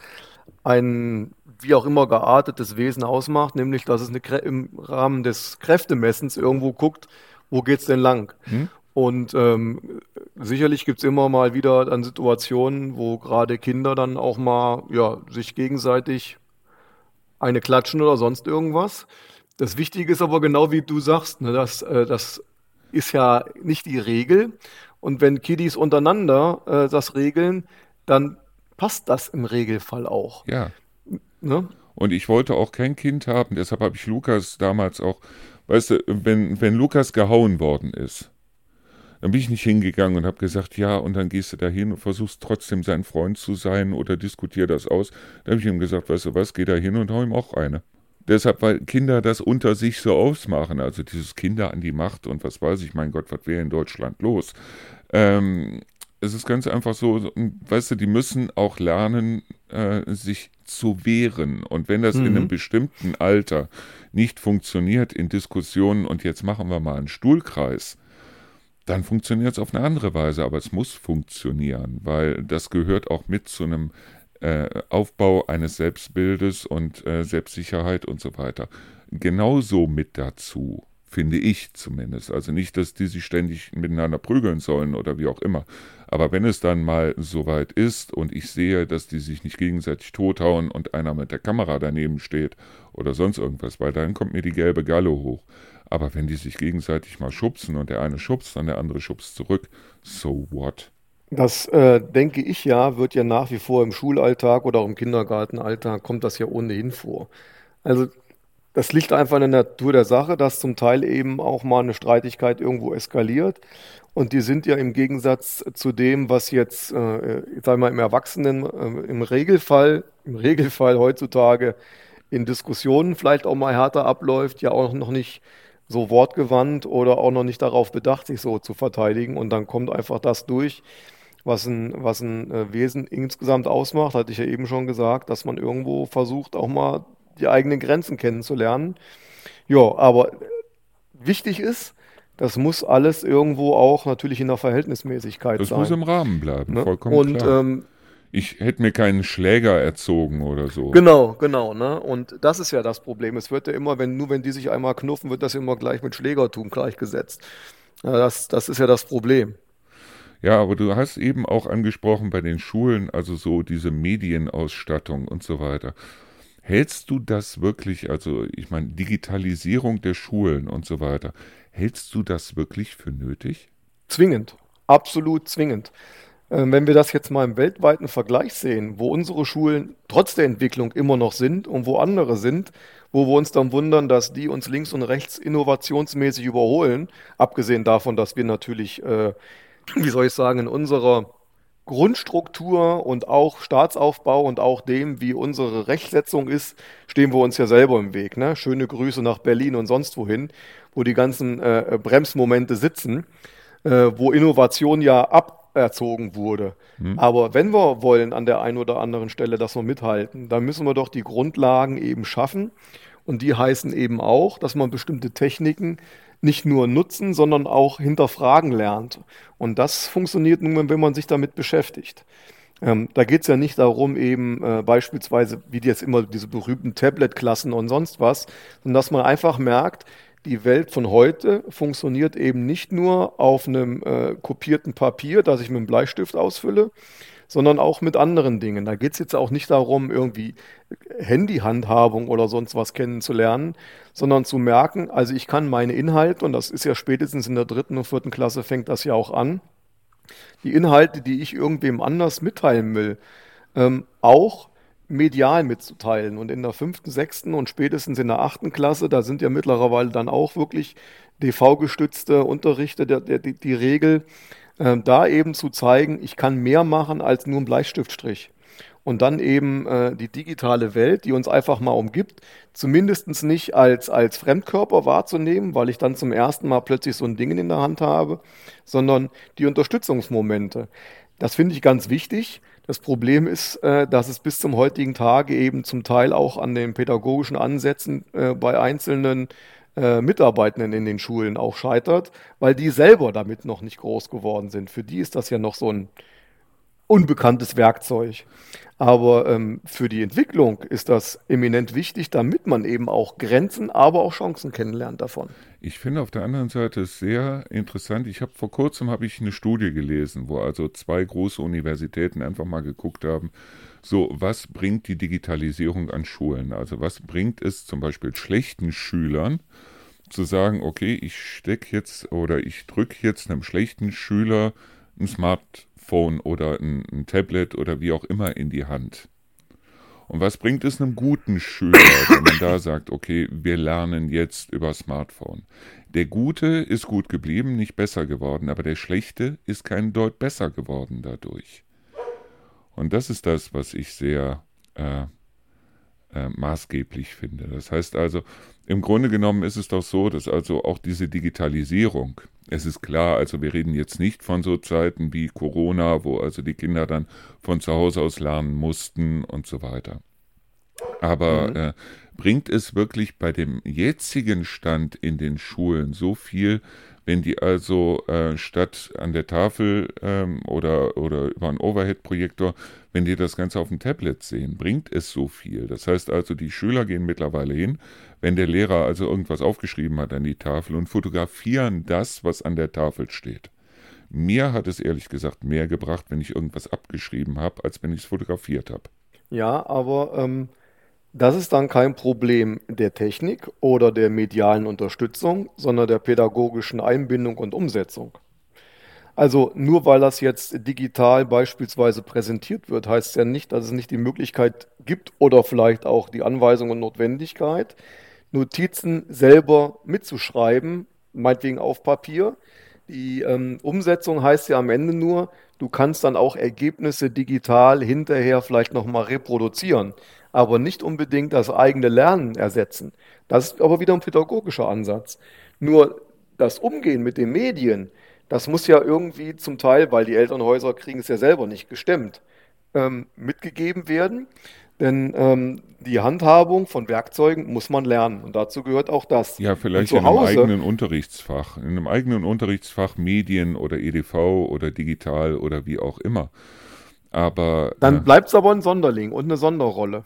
ein wie auch immer geartetes Wesen ausmacht, nämlich dass es eine, Krä- im Rahmen des Kräftemessens irgendwo guckt, wo geht's denn lang? Hm? Und ähm, sicherlich gibt's immer mal wieder dann Situationen, wo gerade Kinder dann auch mal ja, sich gegenseitig eine klatschen oder sonst irgendwas. Das Wichtige ist aber genau wie du sagst, ne, das, äh, das ist ja nicht die Regel. Und wenn Kiddies untereinander äh, das regeln, dann passt das im Regelfall auch. Ja. Ne? Und ich wollte auch kein Kind haben, deshalb habe ich Lukas damals auch, weißt du, wenn, wenn Lukas gehauen worden ist, dann bin ich nicht hingegangen und habe gesagt, ja, und dann gehst du da hin und versuchst trotzdem sein Freund zu sein oder diskutier das aus. Da habe ich ihm gesagt, weißt du was, geh da hin und hau ihm auch eine. Deshalb, weil Kinder das unter sich so ausmachen, also dieses Kinder an die Macht und was weiß ich, mein Gott, was wäre in Deutschland los? Ähm, es ist ganz einfach so, so, weißt du, die müssen auch lernen, äh, sich zu wehren. Und wenn das in einem Mhm. bestimmten Alter nicht funktioniert in Diskussionen und jetzt machen wir mal einen Stuhlkreis, dann funktioniert es auf eine andere Weise, aber es muss funktionieren, weil das gehört auch mit zu einem äh, Aufbau eines Selbstbildes und äh, Selbstsicherheit und so weiter. Genauso mit dazu, finde ich zumindest. Also nicht, dass die sich ständig miteinander prügeln sollen oder wie auch immer. Aber wenn es dann mal soweit ist und ich sehe, dass die sich nicht gegenseitig tothauen und einer mit der Kamera daneben steht oder sonst irgendwas, weil dann kommt mir die gelbe Galle hoch. Aber wenn die sich gegenseitig mal schubsen und der eine schubst, dann der andere schubst zurück, so what? Das äh, denke ich ja, wird ja nach wie vor im Schulalltag oder auch im Kindergartenalltag kommt das ja ohnehin vor. Also Das liegt einfach in der Natur der Sache, dass zum Teil eben auch mal eine Streitigkeit irgendwo eskaliert. Und die sind ja im Gegensatz zu dem, was jetzt, äh, ich sag mal, im Erwachsenen, äh, im Regelfall, im Regelfall heutzutage in Diskussionen vielleicht auch mal härter abläuft, ja auch noch nicht so wortgewandt oder auch noch nicht darauf bedacht, sich so zu verteidigen. Und dann kommt einfach das durch, was ein, was ein äh, Wesen insgesamt ausmacht, hatte ich ja eben schon gesagt, dass man irgendwo versucht, auch mal die eigenen Grenzen kennenzulernen. Ja, aber wichtig ist, das muss alles irgendwo auch natürlich in der Verhältnismäßigkeit Das muss sein. im Rahmen bleiben, Ne? vollkommen Und klar. ähm, Ich hätte mir keinen Schläger erzogen oder so. genau, genau, ne? Und das ist ja das Problem. Es wird ja immer, wenn, nur wenn die sich einmal knuffen, wird das immer gleich mit Schlägertum gleichgesetzt. Ja, das, das ist ja das Problem. Ja, aber du hast eben auch angesprochen bei den Schulen, also so diese Medienausstattung und so weiter. Hältst du das wirklich, also ich meine, Digitalisierung der Schulen und so weiter, hältst du das wirklich für nötig? Zwingend, absolut zwingend. Ähm, wenn wir das jetzt mal im weltweiten Vergleich sehen, wo unsere Schulen trotz der Entwicklung immer noch sind und wo andere sind, wo wir uns dann wundern, dass die uns links und rechts innovationsmäßig überholen, abgesehen davon, dass wir natürlich, äh, wie soll ich sagen, in unserer Grundstruktur und auch Staatsaufbau und auch dem, wie unsere Rechtsetzung ist, stehen wir uns ja selber im Weg. Ne? Schöne Grüße nach Berlin und sonst wohin, wo die ganzen äh, Bremsmomente sitzen, äh, wo Innovation ja aberzogen wurde. Hm? Aber wenn wir wollen an der einen oder anderen Stelle, dass wir mithalten, dann müssen wir doch die Grundlagen eben schaffen. Und die heißen eben auch, dass man bestimmte Techniken nicht nur nutzen, sondern auch hinterfragen lernt. Und das funktioniert nur, wenn man sich damit beschäftigt. Ähm, da geht es ja nicht darum, eben äh, beispielsweise, wie die jetzt immer diese berühmten Tablet-Klassen und sonst was, sondern dass man einfach merkt, die Welt von heute funktioniert eben nicht nur auf einem äh, kopierten Papier, das ich mit einem Bleistift ausfülle, sondern auch mit anderen Dingen. Da geht es jetzt auch nicht darum, irgendwie Handyhandhabung oder sonst was kennenzulernen, sondern zu merken, also ich kann meine Inhalte, und das ist ja spätestens in der dritten und vierten Klasse fängt das ja auch an, die Inhalte, die ich irgendwem anders mitteilen will, ähm, auch medial mitzuteilen. Und in der fünften, sechsten und spätestens in der achten Klasse, da sind ja mittlerweile dann auch wirklich D V-gestützte Unterrichte der, der, die, die Regel, ähm, da eben zu zeigen, ich kann mehr machen als nur ein Bleistiftstrich. Und dann eben äh, die digitale Welt, die uns einfach mal umgibt, zumindest nicht als, als Fremdkörper wahrzunehmen, weil ich dann zum ersten Mal plötzlich so ein Ding in der Hand habe, sondern die Unterstützungsmomente. Das finde ich ganz wichtig. Das Problem ist, äh, dass es bis zum heutigen Tage eben zum Teil auch an den pädagogischen Ansätzen äh, bei einzelnen äh, Mitarbeitenden in den Schulen auch scheitert, weil die selber damit noch nicht groß geworden sind. Für die ist das ja noch so ein unbekanntes Werkzeug. Aber ähm, für die Entwicklung ist das eminent wichtig, damit man eben auch Grenzen, aber auch Chancen kennenlernt davon. Ich finde auf der anderen Seite es sehr interessant. Ich habe vor kurzem habe ich eine Studie gelesen, wo also zwei große Universitäten einfach mal geguckt haben, so was bringt die Digitalisierung an Schulen? Also was bringt es zum Beispiel schlechten Schülern zu sagen, okay, ich stecke jetzt oder ich drücke jetzt einem schlechten Schüler ein Smartphone oder ein, ein Tablet oder wie auch immer in die Hand. Und was bringt es einem guten Schüler, wenn man da sagt, okay, wir lernen jetzt über Smartphone? Der Gute ist gut geblieben, nicht besser geworden, aber der Schlechte ist kein Deut besser geworden dadurch. Und das ist das, was ich sehr äh, äh, maßgeblich finde. Das heißt also, im Grunde genommen ist es doch so, dass also auch diese Digitalisierung, es ist klar, also wir reden jetzt nicht von so Zeiten wie Corona, wo also die Kinder dann von zu Hause aus lernen mussten und so weiter. Aber Mhm. äh, bringt es wirklich bei dem jetzigen Stand in den Schulen so viel, wenn die also äh, statt an der Tafel ähm, oder, oder über einen Overhead-Projektor, wenn die das Ganze auf dem Tablet sehen, bringt es so viel? Das heißt also, die Schüler gehen mittlerweile hin, wenn der Lehrer also irgendwas aufgeschrieben hat an die Tafel und fotografieren das, was an der Tafel steht. Mir hat es ehrlich gesagt mehr gebracht, wenn ich irgendwas abgeschrieben habe, als wenn ich es fotografiert habe. Ja, aber ähm, das ist dann kein Problem der Technik oder der medialen Unterstützung, sondern der pädagogischen Einbindung und Umsetzung. Also nur weil das jetzt digital beispielsweise präsentiert wird, heißt es ja nicht, dass es nicht die Möglichkeit gibt oder vielleicht auch die Anweisung und Notwendigkeit. Notizen selber mitzuschreiben, meinetwegen auf Papier. Die ähm, Umsetzung heißt ja am Ende nur, du kannst dann auch Ergebnisse digital hinterher vielleicht nochmal reproduzieren, aber nicht unbedingt das eigene Lernen ersetzen. Das ist aber wieder ein pädagogischer Ansatz. Nur das Umgehen mit den Medien, das muss ja irgendwie zum Teil, weil die Elternhäuser kriegen es ja selber nicht gestemmt, ähm, mitgegeben werden. Denn ähm, die Handhabung von Werkzeugen muss man lernen. Und dazu gehört auch das. Ja, Und vielleicht zu in einem Hause, eigenen Unterrichtsfach, in einem eigenen Unterrichtsfach Medien oder E D V oder digital oder wie auch immer. Aber äh, dann bleibt es aber ein Sonderling und eine Sonderrolle.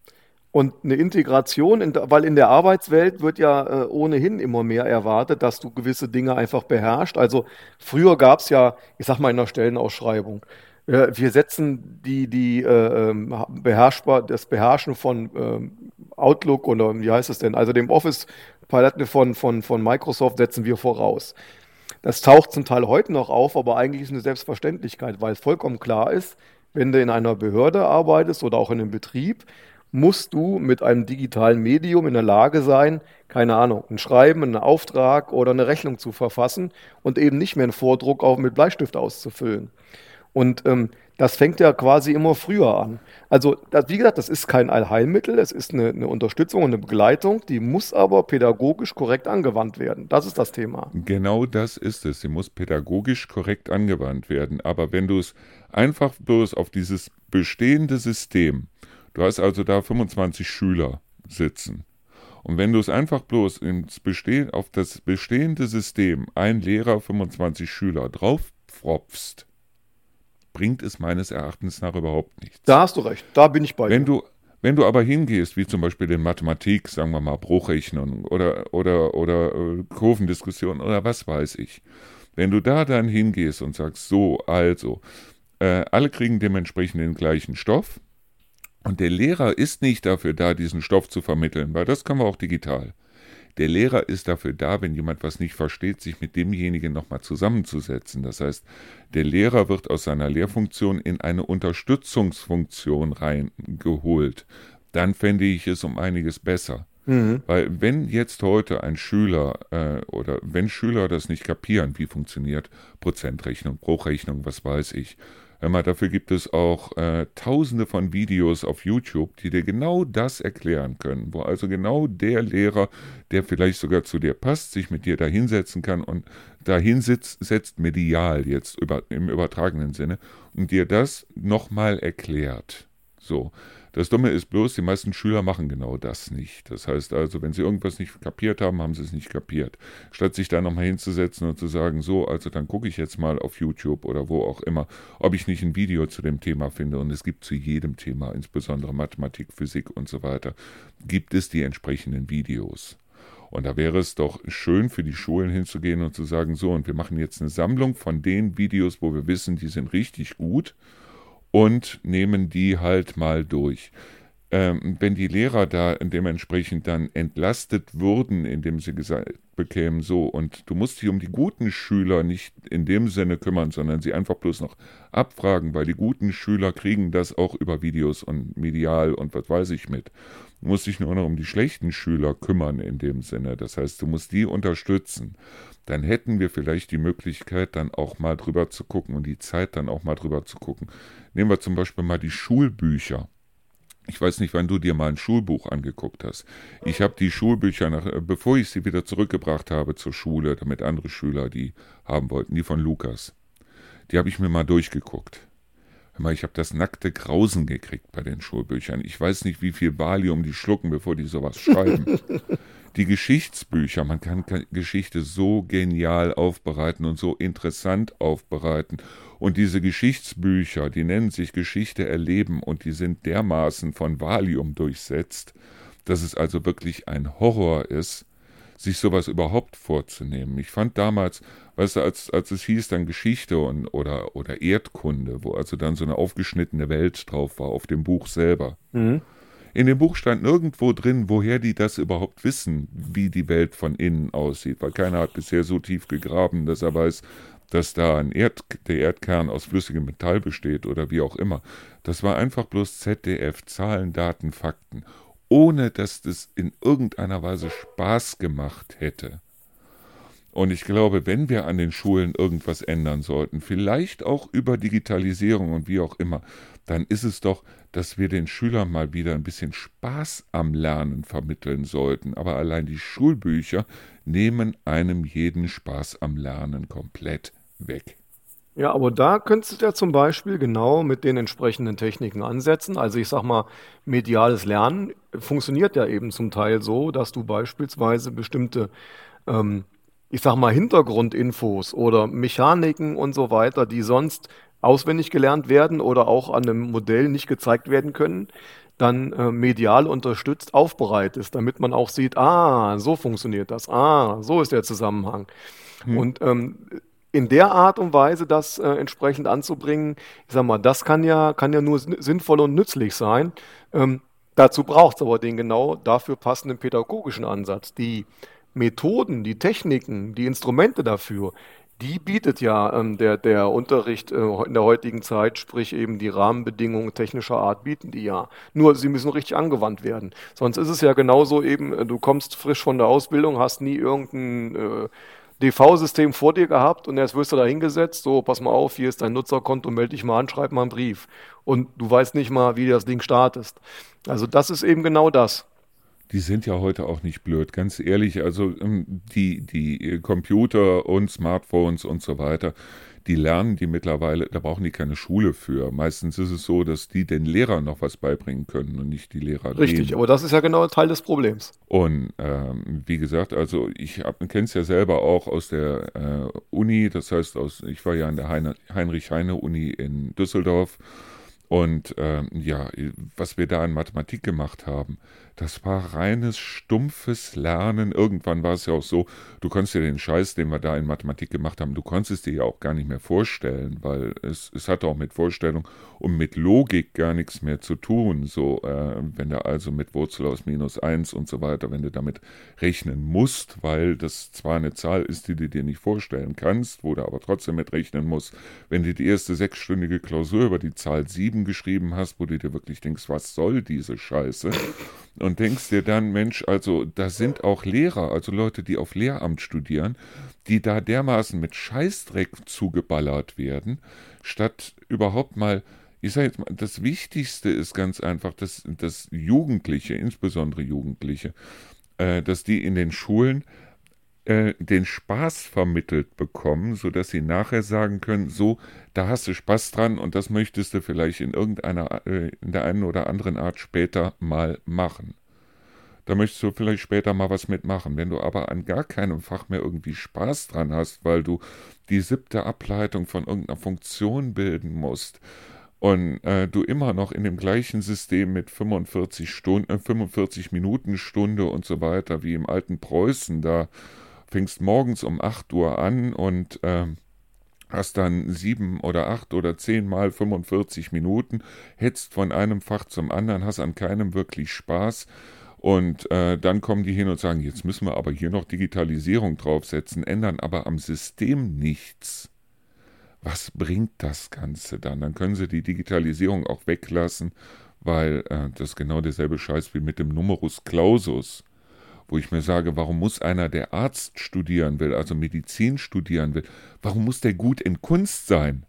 Und eine Integration, in, weil in der Arbeitswelt wird ja äh, ohnehin immer mehr erwartet, dass du gewisse Dinge einfach beherrschst. Also früher gab es ja, ich sag mal in der Stellenausschreibung, äh, wir setzen die, die äh, ähm, beherrschbar, das Beherrschen von ähm, Outlook oder wie heißt es denn, also dem Office-Palette von, von, von Microsoft setzen wir voraus. Das taucht zum Teil heute noch auf, aber eigentlich ist es eine Selbstverständlichkeit, weil es vollkommen klar ist, wenn du in einer Behörde arbeitest oder auch in einem Betrieb, musst du mit einem digitalen Medium in der Lage sein, keine Ahnung, ein Schreiben, einen Auftrag oder eine Rechnung zu verfassen und eben nicht mehr einen Vordruck auch mit Bleistift auszufüllen. Und ähm, das fängt ja quasi immer früher an. Also, das, wie gesagt, das ist kein Allheilmittel, es ist eine, eine Unterstützung und eine Begleitung, die muss aber pädagogisch korrekt angewandt werden. Das ist das Thema. genau das ist es. Sie muss pädagogisch korrekt angewandt werden. Aber wenn du es einfach bloß auf dieses bestehende System, du hast also da fünfundzwanzig Schüler sitzen, und wenn du es einfach bloß ins Bestehen, auf das bestehende System, ein Lehrer, fünfundzwanzig Schüler draufpfropfst, bringt es meines Erachtens nach überhaupt nichts. Da hast du recht, da bin ich bei Wenn dir. du, wenn du aber hingehst, wie zum Beispiel in Mathematik, sagen wir mal Bruchrechnung oder, oder, oder äh, Kurvendiskussion oder was weiß ich, wenn du da dann hingehst und sagst, so, also, äh, alle kriegen dementsprechend den gleichen Stoff und der Lehrer ist nicht dafür da, diesen Stoff zu vermitteln, weil das können wir auch digital. Der Lehrer ist dafür da, wenn jemand was nicht versteht, sich mit demjenigen nochmal zusammenzusetzen. Das heißt, der Lehrer wird aus seiner Lehrfunktion in eine Unterstützungsfunktion reingeholt. Dann fände ich es um einiges besser. Mhm. Weil wenn jetzt heute ein Schüler äh, oder wenn Schüler das nicht kapieren, wie funktioniert Prozentrechnung, Bruchrechnung, was weiß ich, hör mal, dafür gibt es auch äh, tausende von Videos auf YouTube, die dir genau das erklären können, wo also genau der Lehrer, der vielleicht sogar zu dir passt, sich mit dir da hinsetzen kann und dahin sitzt, setzt medial jetzt über, im übertragenen Sinne und dir das nochmal erklärt. So. Das Dumme ist bloß, die meisten Schüler machen genau das nicht. Das heißt also, wenn sie irgendwas nicht kapiert haben, haben sie es nicht kapiert. Statt sich da nochmal hinzusetzen und zu sagen, so, also dann gucke ich jetzt mal auf YouTube oder wo auch immer, ob ich nicht ein Video zu dem Thema finde. Und es gibt zu jedem Thema, insbesondere Mathematik, Physik und so weiter, gibt es die entsprechenden Videos. Und da wäre es doch schön für die Schulen hinzugehen und zu sagen, so, und wir machen jetzt eine Sammlung von den Videos, wo wir wissen, die sind richtig gut, und nehmen die halt mal durch. Ähm, wenn die Lehrer da dementsprechend dann entlastet würden, indem sie gesagt bekämen, so, und du musst dich um die guten Schüler nicht in dem Sinne kümmern, sondern sie einfach bloß noch abfragen, weil die guten Schüler kriegen das auch über Videos und medial und was weiß ich mit. Du musst dich nur noch um die schlechten Schüler kümmern in dem Sinne. Das heißt, du musst die unterstützen. Dann hätten wir vielleicht die Möglichkeit, dann auch mal drüber zu gucken und die Zeit dann auch mal drüber zu gucken. Nehmen wir zum Beispiel mal die Schulbücher. Ich weiß nicht, wann du dir mal ein Schulbuch angeguckt hast. Ich habe die Schulbücher, nach, bevor ich sie wieder zurückgebracht habe zur Schule, damit andere Schüler die haben wollten, die von Lukas, die habe ich mir mal durchgeguckt. Hör mal, ich habe das nackte Grausen gekriegt bei den Schulbüchern. Ich weiß nicht, wie viel Valium die schlucken, bevor die sowas schreiben. Die Geschichtsbücher, man kann Geschichte so genial aufbereiten und so interessant aufbereiten. Und diese Geschichtsbücher, die nennen sich Geschichte erleben und die sind dermaßen von Valium durchsetzt, dass es also wirklich ein Horror ist, sich sowas überhaupt vorzunehmen. Ich fand damals, weißt du, als, als es hieß dann Geschichte und, oder, oder Erdkunde, wo also dann so eine aufgeschnittene Welt drauf war auf dem Buch selber. Mhm. In dem Buch stand nirgendwo drin, woher die das überhaupt wissen, wie die Welt von innen aussieht, weil keiner hat bisher so tief gegraben, dass er weiß, dass da ein Erd, der Erdkern aus flüssigem Metall besteht oder wie auch immer. Das war einfach bloß Z D F, Zahlen, Daten, Fakten. ohne dass das in irgendeiner Weise Spaß gemacht hätte. Und ich glaube, wenn wir an den Schulen irgendwas ändern sollten, vielleicht auch über Digitalisierung und wie auch immer, dann ist es doch, dass wir den Schülern mal wieder ein bisschen Spaß am Lernen vermitteln sollten. Aber allein die Schulbücher nehmen einem jeden Spaß am Lernen komplett weg. Ja, aber da könntest du ja zum Beispiel genau mit den entsprechenden Techniken ansetzen. Also ich sag mal, mediales Lernen funktioniert ja eben zum Teil so, dass du beispielsweise bestimmte, ähm, ich sag mal, Hintergrundinfos oder Mechaniken und so weiter, die sonst auswendig gelernt werden oder auch an einem Modell nicht gezeigt werden können, dann äh, medial unterstützt aufbereitest, damit man auch sieht, ah, so funktioniert das, ah, so ist der Zusammenhang. Hm? Und ähm, in der Art und Weise das äh, entsprechend anzubringen, ich sag mal, das kann ja, kann ja nur sin- sinnvoll und nützlich sein. Ähm, dazu braucht es aber den genau dafür passenden pädagogischen Ansatz. Die Methoden, die Techniken, die Instrumente dafür, die bietet ja ähm, der, der Unterricht äh, in der heutigen Zeit, sprich eben die Rahmenbedingungen technischer Art bieten die ja. Nur sie müssen richtig angewandt werden. Sonst ist es ja genauso eben, äh, du kommst frisch von der Ausbildung, hast nie irgendein äh, D V-System vor dir gehabt und jetzt wirst du da hingesetzt, so, pass mal auf, hier ist dein Nutzerkonto, melde dich mal an, schreib mal einen Brief. Und du weißt nicht mal, wie du das Ding startest. Also das ist eben genau das. Die sind ja heute auch nicht blöd, ganz ehrlich. Also ähm, die, die äh, Computer und Smartphones und so weiter, die lernen die mittlerweile, da brauchen die keine Schule für. Meistens ist es so, dass die den Lehrern noch was beibringen können und nicht die Lehrer Richtig, denen. aber das ist ja genau Teil des Problems. Und ähm, wie gesagt, also ich kenne es ja selber auch aus der äh, Uni, das heißt, aus, ich war ja an der Heine, Heinrich-Heine-Uni in Düsseldorf und ähm, ja, was wir da in Mathematik gemacht haben, das war reines, stumpfes Lernen. Irgendwann war es ja auch so, du konntest dir den Scheiß, den wir da in Mathematik gemacht haben, du konntest dir ja auch gar nicht mehr vorstellen, weil es, es hatte auch mit Vorstellung und mit Logik gar nichts mehr zu tun. So, äh, wenn du also mit Wurzel aus minus eins und so weiter, wenn du damit rechnen musst, weil das zwar eine Zahl ist, die du dir nicht vorstellen kannst, wo du aber trotzdem mit rechnen musst, wenn du die erste sechsstündige Klausur über die Zahl sieben geschrieben hast, wo du dir wirklich denkst, was soll diese Scheiße? Und denkst dir dann, Mensch, also da sind auch Lehrer, also Leute, die auf Lehramt studieren, die da dermaßen mit Scheißdreck zugeballert werden, statt überhaupt mal, ich sage jetzt mal, das Wichtigste ist ganz einfach, dass, dass Jugendliche, insbesondere Jugendliche, äh, dass die in den Schulen äh, den Spaß vermittelt bekommen, sodass sie nachher sagen können, so, da hast du Spaß dran und das möchtest du vielleicht in irgendeiner, äh, in der einen oder anderen Art später mal machen. Da möchtest du vielleicht später mal was mitmachen. Wenn du aber an gar keinem Fach mehr irgendwie Spaß dran hast, weil du die siebte Ableitung von irgendeiner Funktion bilden musst und äh, du immer noch in dem gleichen System mit fünfundvierzig Stunden, äh, fünfundvierzig Minuten Stunde und so weiter wie im alten Preußen, da fängst morgens um acht Uhr an und ähm, hast dann sieben oder acht oder zehn mal fünfundvierzig Minuten, hetzt von einem Fach zum anderen, hast an keinem wirklich Spaß. Und äh, dann kommen die hin und sagen, jetzt müssen wir aber hier noch Digitalisierung draufsetzen, ändern aber am System nichts. Was bringt das Ganze dann? Dann können sie die Digitalisierung auch weglassen, weil äh, das ist genau derselbe Scheiß wie mit dem Numerus Clausus, wo ich mir sage, warum muss einer, der Arzt studieren will, also Medizin studieren will, warum muss der gut in Kunst sein?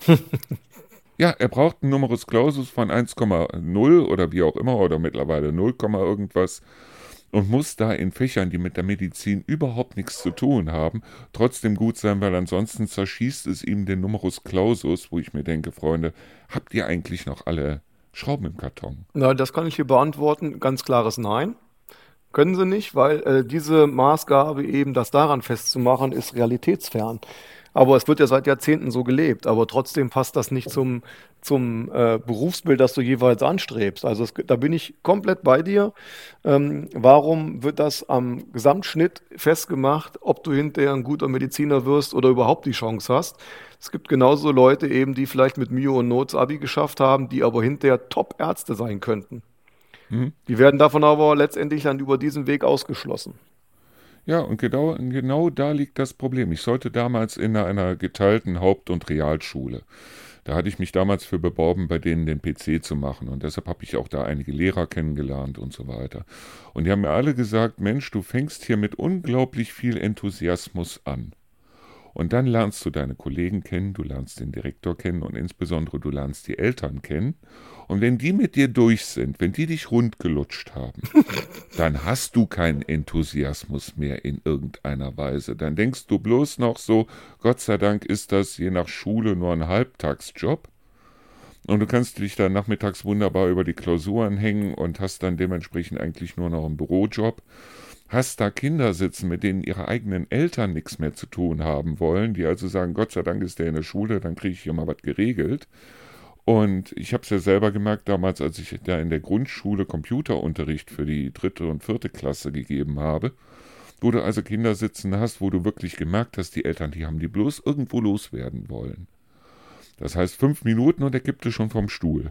Ja, er braucht einen Numerus Clausus von eins Komma null oder wie auch immer oder mittlerweile null, irgendwas und muss da in Fächern, die mit der Medizin überhaupt nichts zu tun haben, trotzdem gut sein, weil ansonsten zerschießt es ihm den Numerus Clausus, wo ich mir denke, Freunde, habt ihr eigentlich noch alle Schrauben im Karton? Na, das kann ich hier beantworten. Ganz klares Nein. Können sie nicht, weil äh, diese Maßgabe eben, das daran festzumachen, ist realitätsfern. Aber es wird ja seit Jahrzehnten so gelebt. Aber trotzdem passt das nicht zum, zum äh, Berufsbild, das du jeweils anstrebst. Also es, da bin ich komplett bei dir. Ähm, warum wird das am Gesamtschnitt festgemacht, ob du hinterher ein guter Mediziner wirst oder überhaupt die Chance hast? Es gibt genauso Leute eben, die vielleicht mit Mühe und Not das Abi geschafft haben, die aber hinterher Top-Ärzte sein könnten. Hm? Die werden davon aber letztendlich dann über diesen Weg ausgeschlossen. Ja, und genau, genau da liegt das Problem. Ich sollte damals in einer geteilten Haupt- und Realschule. Da hatte ich mich damals für beworben, bei denen den P C zu machen. Und deshalb habe ich auch da einige Lehrer kennengelernt und so weiter. Und die haben mir alle gesagt, Mensch, du fängst hier mit unglaublich viel Enthusiasmus an. Und dann lernst du deine Kollegen kennen, du lernst den Direktor kennen und insbesondere du lernst die Eltern kennen. Und wenn die mit dir durch sind, wenn die dich rundgelutscht haben, dann hast du keinen Enthusiasmus mehr in irgendeiner Weise. Dann denkst du bloß noch so, Gott sei Dank ist das je nach Schule nur ein Halbtagsjob. Und du kannst dich dann nachmittags wunderbar über die Klausuren hängen und hast dann dementsprechend eigentlich nur noch einen Bürojob. Hast da Kinder sitzen, mit denen ihre eigenen Eltern nichts mehr zu tun haben wollen, die also sagen, Gott sei Dank ist der in der Schule, dann kriege ich hier mal was geregelt. Und ich habe es ja selber gemerkt damals, als ich da in der Grundschule Computerunterricht für die dritte und vierte Klasse gegeben habe, wo du also Kinder sitzen hast, wo du wirklich gemerkt hast, die Eltern, die haben die bloß irgendwo loswerden wollen. Das heißt, fünf Minuten und er kippte schon vom Stuhl.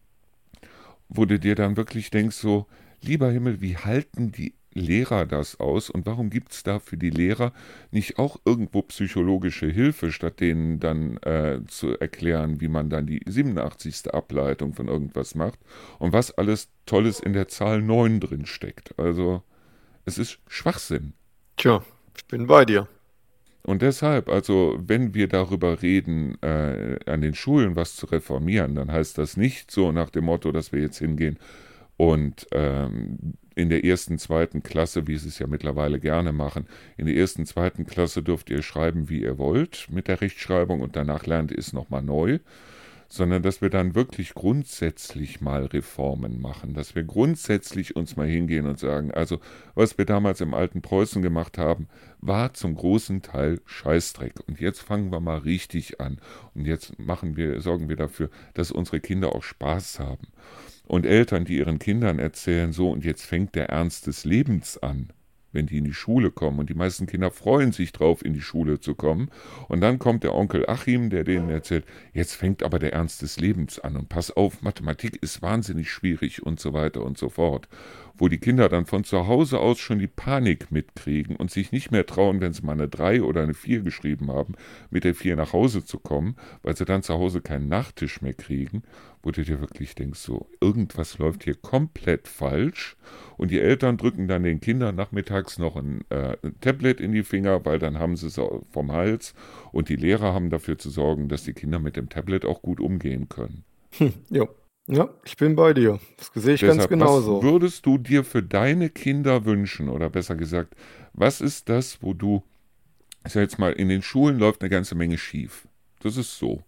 Wo du dir dann wirklich denkst so, lieber Himmel, wie halten die Lehrer das aus und warum gibt es da für die Lehrer nicht auch irgendwo psychologische Hilfe, statt denen dann äh, zu erklären, wie man dann die siebenundachtzigste Ableitung von irgendwas macht und was alles Tolles in der Zahl neun drin steckt. Also es ist Schwachsinn. Tja, ich bin bei dir. Und deshalb, also wenn wir darüber reden, äh, an den Schulen was zu reformieren, dann heißt das nicht so nach dem Motto, dass wir jetzt hingehen und ähm, in der ersten, zweiten Klasse, wie sie es ja mittlerweile gerne machen, in der ersten, zweiten Klasse dürft ihr schreiben, wie ihr wollt mit der Rechtschreibung und danach lernt ihr es nochmal neu, sondern dass wir dann wirklich grundsätzlich mal Reformen machen, dass wir grundsätzlich uns mal hingehen und sagen, also was wir damals im alten Preußen gemacht haben, war zum großen Teil Scheißdreck und jetzt fangen wir mal richtig an und jetzt machen wir, sorgen wir dafür, dass unsere Kinder auch Spaß haben. Und Eltern, die ihren Kindern erzählen, so und jetzt fängt der Ernst des Lebens an, wenn die in die Schule kommen. Und die meisten Kinder freuen sich drauf, in die Schule zu kommen. Und dann kommt der Onkel Achim, der denen erzählt, jetzt fängt aber der Ernst des Lebens an. Und pass auf, Mathematik ist wahnsinnig schwierig und so weiter und so fort. Wo die Kinder dann von zu Hause aus schon die Panik mitkriegen und sich nicht mehr trauen, wenn sie mal eine drei oder eine vier geschrieben haben, mit der vier nach Hause zu kommen, weil sie dann zu Hause keinen Nachtisch mehr kriegen, wo du dir wirklich denkst, so, irgendwas läuft hier komplett falsch und die Eltern drücken dann den Kindern nachmittags noch ein, äh, ein Tablet in die Finger, weil dann haben sie es vom Hals und die Lehrer haben dafür zu sorgen, dass die Kinder mit dem Tablet auch gut umgehen können. Hm, jo. Ja, ich bin bei dir. Das sehe ich ganz Deshalb, was genauso. würdest du dir für deine Kinder wünschen? Oder besser gesagt, was ist das, wo du, ich sag jetzt mal, in den Schulen läuft eine ganze Menge schief. Das ist so.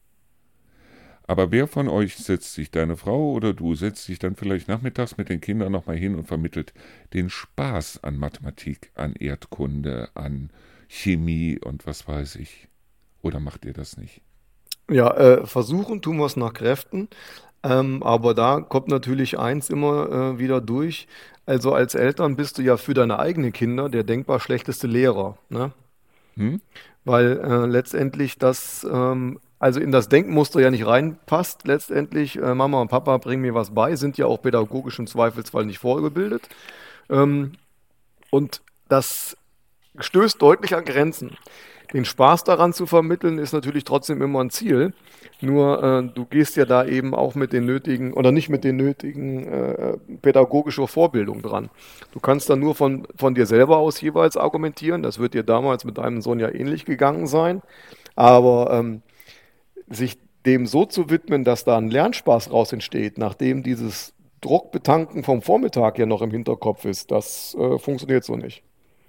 Aber wer von euch setzt sich, deine Frau oder du, setzt sich dann vielleicht nachmittags mit den Kindern nochmal hin und vermittelt den Spaß an Mathematik, an Erdkunde, an Chemie und was weiß ich? Oder macht ihr das nicht? Ja, äh, versuchen tun wir es nach Kräften, ähm, aber da kommt natürlich eins immer äh, wieder durch. Also als Eltern bist du ja für deine eigenen Kinder der denkbar schlechteste Lehrer, ne? Hm? Weil äh, letztendlich das, ähm, also in das Denkmuster ja nicht reinpasst. Letztendlich, äh, Mama und Papa bringen mir was bei, sind ja auch pädagogisch im Zweifelsfall nicht vorgebildet. Ähm, und das stößt deutlich an Grenzen. Den Spaß daran zu vermitteln, ist natürlich trotzdem immer ein Ziel. Nur äh, du gehst ja da eben auch mit den nötigen oder nicht mit den nötigen äh, pädagogischer Vorbildung dran. Du kannst dann nur von, von dir selber aus jeweils argumentieren. Das wird dir damals mit deinem Sohn ja ähnlich gegangen sein. Aber ähm, sich dem so zu widmen, dass da ein Lernspaß raus entsteht, nachdem dieses Druckbetanken vom Vormittag ja noch im Hinterkopf ist, das äh, funktioniert so nicht.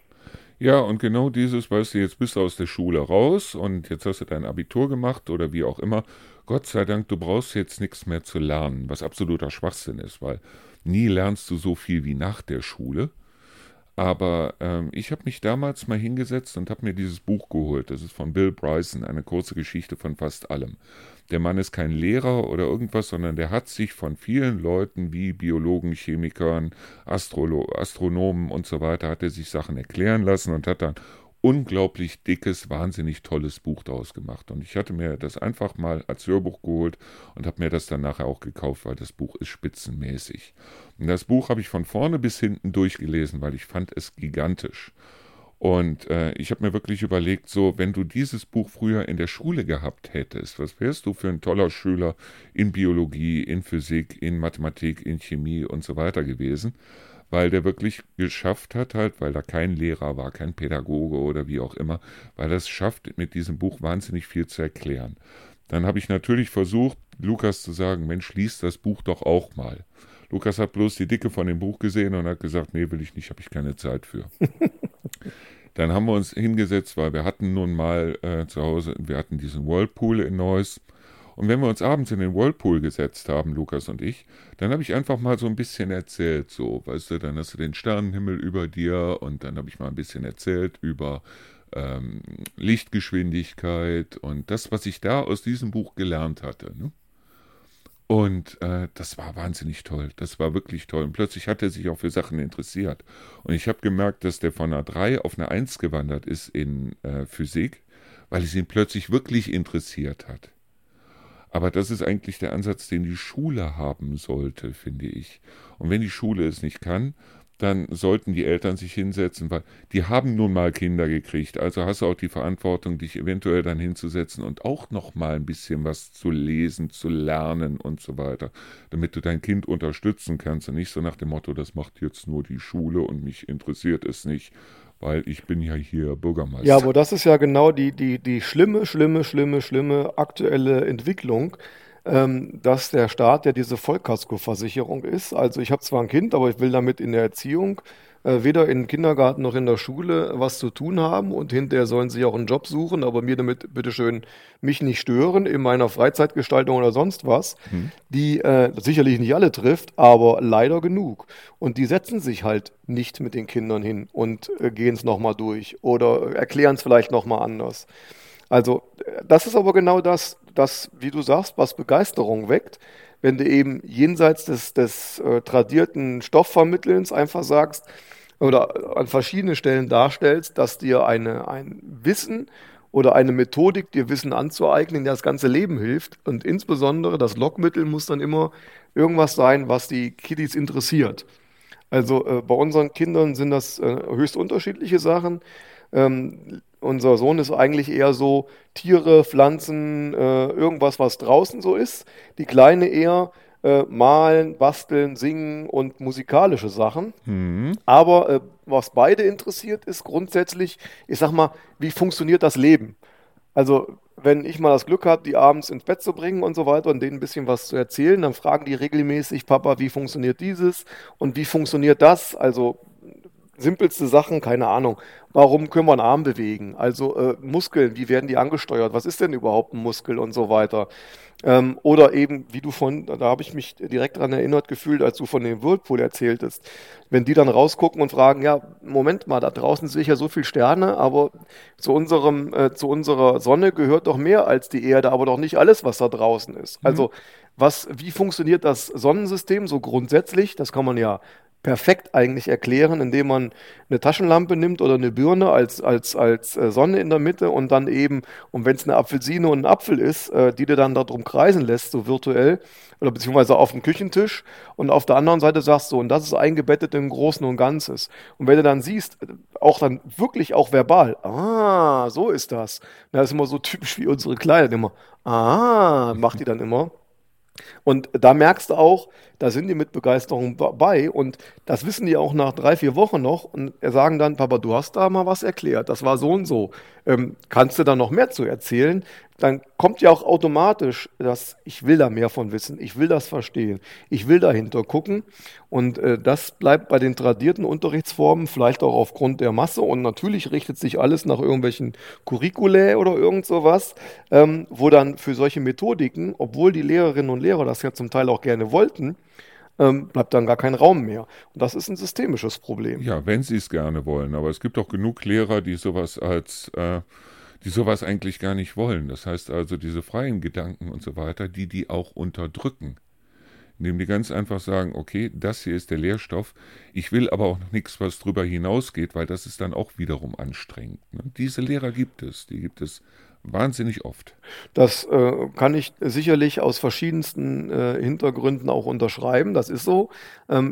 Ja, und genau dieses, weißt du, jetzt bist du aus der Schule raus und jetzt hast du dein Abitur gemacht oder wie auch immer. Gott sei Dank, du brauchst jetzt nichts mehr zu lernen, was absoluter Schwachsinn ist, weil nie lernst du so viel wie nach der Schule. Aber ähm, ich habe mich damals mal hingesetzt und habe mir dieses Buch geholt. Das ist von Bill Bryson, eine kurze Geschichte von fast allem. Der Mann ist kein Lehrer oder irgendwas, sondern der hat sich von vielen Leuten wie Biologen, Chemikern, Astrolo Astronomen und so weiter, hat er sich Sachen erklären lassen und hat dann unglaublich dickes, wahnsinnig tolles Buch daraus gemacht. Und ich hatte mir das einfach mal als Hörbuch geholt und habe mir das dann nachher auch gekauft, weil das Buch ist spitzenmäßig. Und das Buch habe ich von vorne bis hinten durchgelesen, weil ich fand es gigantisch. Und äh, ich habe mir wirklich überlegt, so, wenn du dieses Buch früher in der Schule gehabt hättest, was wärst du für ein toller Schüler in Biologie, in Physik, in Mathematik, in Chemie und so weiter gewesen, weil der wirklich geschafft hat, halt, weil da kein Lehrer war, kein Pädagoge oder wie auch immer, weil er es schafft, mit diesem Buch wahnsinnig viel zu erklären. Dann habe ich natürlich versucht, Lukas zu sagen, Mensch, lies das Buch doch auch mal. Lukas hat bloß die Dicke von dem Buch gesehen und hat gesagt, nee, will ich nicht, habe ich keine Zeit für. Dann haben wir uns hingesetzt, weil wir hatten nun mal äh, zu Hause, wir hatten diesen Whirlpool in Neuss. Und wenn wir uns abends in den Whirlpool gesetzt haben, Lukas und ich, dann habe ich einfach mal so ein bisschen erzählt, so, weißt du, dann hast du den Sternenhimmel über dir und dann habe ich mal ein bisschen erzählt über ähm, Lichtgeschwindigkeit und das, was ich da aus diesem Buch gelernt hatte. Ne? Und äh, das war wahnsinnig toll. Das war wirklich toll. Und plötzlich hat er sich auch für Sachen interessiert. Und ich habe gemerkt, dass der von einer drei auf eine eins gewandert ist in äh, Physik, weil es ihn plötzlich wirklich interessiert hat. Aber das ist eigentlich der Ansatz, den die Schule haben sollte, finde ich. Und wenn die Schule es nicht kann, dann sollten die Eltern sich hinsetzen, weil die haben nun mal Kinder gekriegt. Also hast du auch die Verantwortung, dich eventuell dann hinzusetzen und auch noch mal ein bisschen was zu lesen, zu lernen und so weiter, damit du dein Kind unterstützen kannst und nicht so nach dem Motto, das macht jetzt nur die Schule und mich interessiert es nicht, weil ich bin ja hier Ja, Bürgermeister. aber das ist ja genau die, die, die schlimme, schlimme, schlimme, schlimme aktuelle Entwicklung, ähm, dass der Staat ja diese Vollkaskoversicherung ist. Also ich habe zwar ein Kind, aber ich will damit in der Erziehung äh, weder im Kindergarten noch in der Schule was zu tun haben und hinterher sollen sie auch einen Job suchen, aber mir damit bitteschön mich nicht stören in meiner Freizeitgestaltung oder sonst was, Hm? die äh, sicherlich nicht alle trifft, aber leider genug. Und die setzen sich halt nicht mit den Kindern hin und äh, gehen es nochmal durch oder erklären es vielleicht nochmal anders. Also, äh, das ist aber genau das, das, wie du sagst, was Begeisterung weckt, wenn du eben jenseits des, des äh, tradierten Stoffvermittelns einfach sagst oder an verschiedenen Stellen darstellst, dass dir eine, ein Wissen oder eine Methodik, dir Wissen anzueignen, die das ganze Leben hilft. Und insbesondere das Lockmittel muss dann immer irgendwas sein, was die Kiddies interessiert. Also äh, bei unseren Kindern sind das äh, höchst unterschiedliche Sachen. Ähm, unser Sohn ist eigentlich eher so Tiere, Pflanzen, äh, irgendwas, was draußen so ist. Die Kleine eher äh, malen, basteln, singen und musikalische Sachen. Hm? Aber äh, was beide interessiert, ist grundsätzlich, ich sag mal, wie funktioniert das Leben? Also, wenn ich mal das Glück habe, die abends ins Bett zu bringen und so weiter und denen ein bisschen was zu erzählen, dann fragen die regelmäßig, Papa, wie funktioniert dieses und wie funktioniert das? Also simpelste Sachen, keine Ahnung. Warum können wir einen Arm bewegen? Also äh, Muskeln, wie werden die angesteuert? Was ist denn überhaupt ein Muskel und so weiter? Ähm, oder eben, wie du von, da habe ich mich direkt daran erinnert gefühlt, als du von dem Whirlpool erzähltest. Wenn die dann rausgucken und fragen, ja, Moment mal, da draußen sehe ich ja so viele Sterne, aber zu unserem, äh, zu unserer Sonne gehört doch mehr als die Erde, aber doch nicht alles, was da draußen ist. Hm? Also, was, wie funktioniert das Sonnensystem so grundsätzlich? Das kann man ja perfekt eigentlich erklären, indem man eine Taschenlampe nimmt oder eine Birne als, als, als äh, Sonne in der Mitte und dann eben, und wenn es eine Apfelsine und ein Apfel ist, äh, die du dann darum kreisen lässt, so virtuell, oder beziehungsweise auf dem Küchentisch und auf der anderen Seite sagst du, und das ist eingebettet im Großen und Ganzes. Und wenn du dann siehst, äh, auch dann wirklich auch verbal, ah, so ist das. Das ist immer so typisch wie unsere Kleinen immer. Ah, macht die dann immer. Und da merkst du auch, da sind die mit Begeisterung dabei und das wissen die auch nach drei, vier Wochen noch und sagen dann, Papa, du hast da mal was erklärt, das war so und so. Ähm, kannst du da noch mehr zu erzählen? Dann kommt ja auch automatisch das, ich will da mehr von wissen, ich will das verstehen, ich will dahinter gucken und äh, das bleibt bei den tradierten Unterrichtsformen vielleicht auch aufgrund der Masse und natürlich richtet sich alles nach irgendwelchen Curriculae oder irgend sowas, ähm, wo dann für solche Methodiken, obwohl die Lehrerinnen und Lehrer das ja zum Teil auch gerne wollten, ähm, bleibt dann gar kein Raum mehr. Und das ist ein systemisches Problem. Ja, wenn sie es gerne wollen. Aber es gibt auch genug Lehrer, die sowas als, äh, die sowas eigentlich gar nicht wollen. Das heißt also, diese freien Gedanken und so weiter, die die auch unterdrücken. Indem die ganz einfach sagen, okay, das hier ist der Lehrstoff, ich will aber auch noch nichts, was drüber hinausgeht, weil das ist dann auch wiederum anstrengend. Ne? Diese Lehrer gibt es, die gibt es wahnsinnig oft. Das äh, kann ich sicherlich aus verschiedensten äh, Hintergründen auch unterschreiben. Das ist so. Ähm,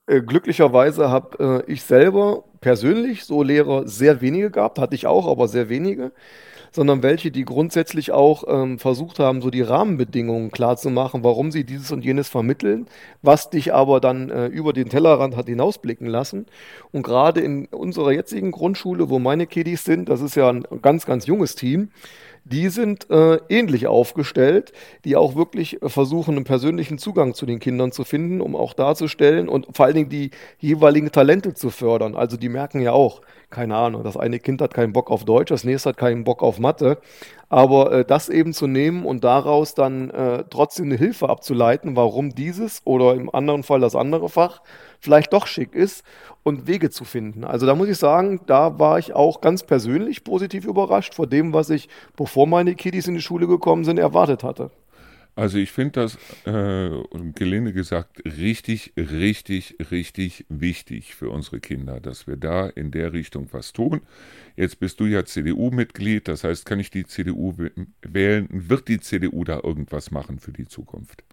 Äh, glücklicherweise habe äh, ich selber persönlich so Lehrer sehr wenige gehabt, hatte ich auch, aber sehr wenige, sondern welche, die grundsätzlich auch ähm, versucht haben, so die Rahmenbedingungen klar zu machen, warum sie dieses und jenes vermitteln, was dich aber dann äh, über den Tellerrand hat hinausblicken lassen. Und gerade in unserer jetzigen Grundschule, wo meine Kiddies sind, das ist ja ein ganz, ganz junges Team, die sind äh, ähnlich aufgestellt, die auch wirklich äh, versuchen, einen persönlichen Zugang zu den Kindern zu finden, um auch darzustellen und vor allen Dingen die jeweiligen Talente zu fördern. Also die merken ja auch, keine Ahnung, das eine Kind hat keinen Bock auf Deutsch, das nächste hat keinen Bock auf Mathe. Aber äh, das eben zu nehmen und daraus dann äh, trotzdem eine Hilfe abzuleiten, warum dieses oder im anderen Fall das andere Fach vielleicht doch schick ist und Wege zu finden. Also da muss ich sagen, da war ich auch ganz persönlich positiv überrascht vor dem, was ich, bevor meine Kiddies in die Schule gekommen sind, erwartet hatte. Also ich finde das, äh, gelinde gesagt, richtig, richtig, richtig wichtig für unsere Kinder, dass wir da in der Richtung was tun. Jetzt bist du ja C D U-Mitglied, das heißt, kann ich die C D U wählen? Wird die C D U da irgendwas machen für die Zukunft?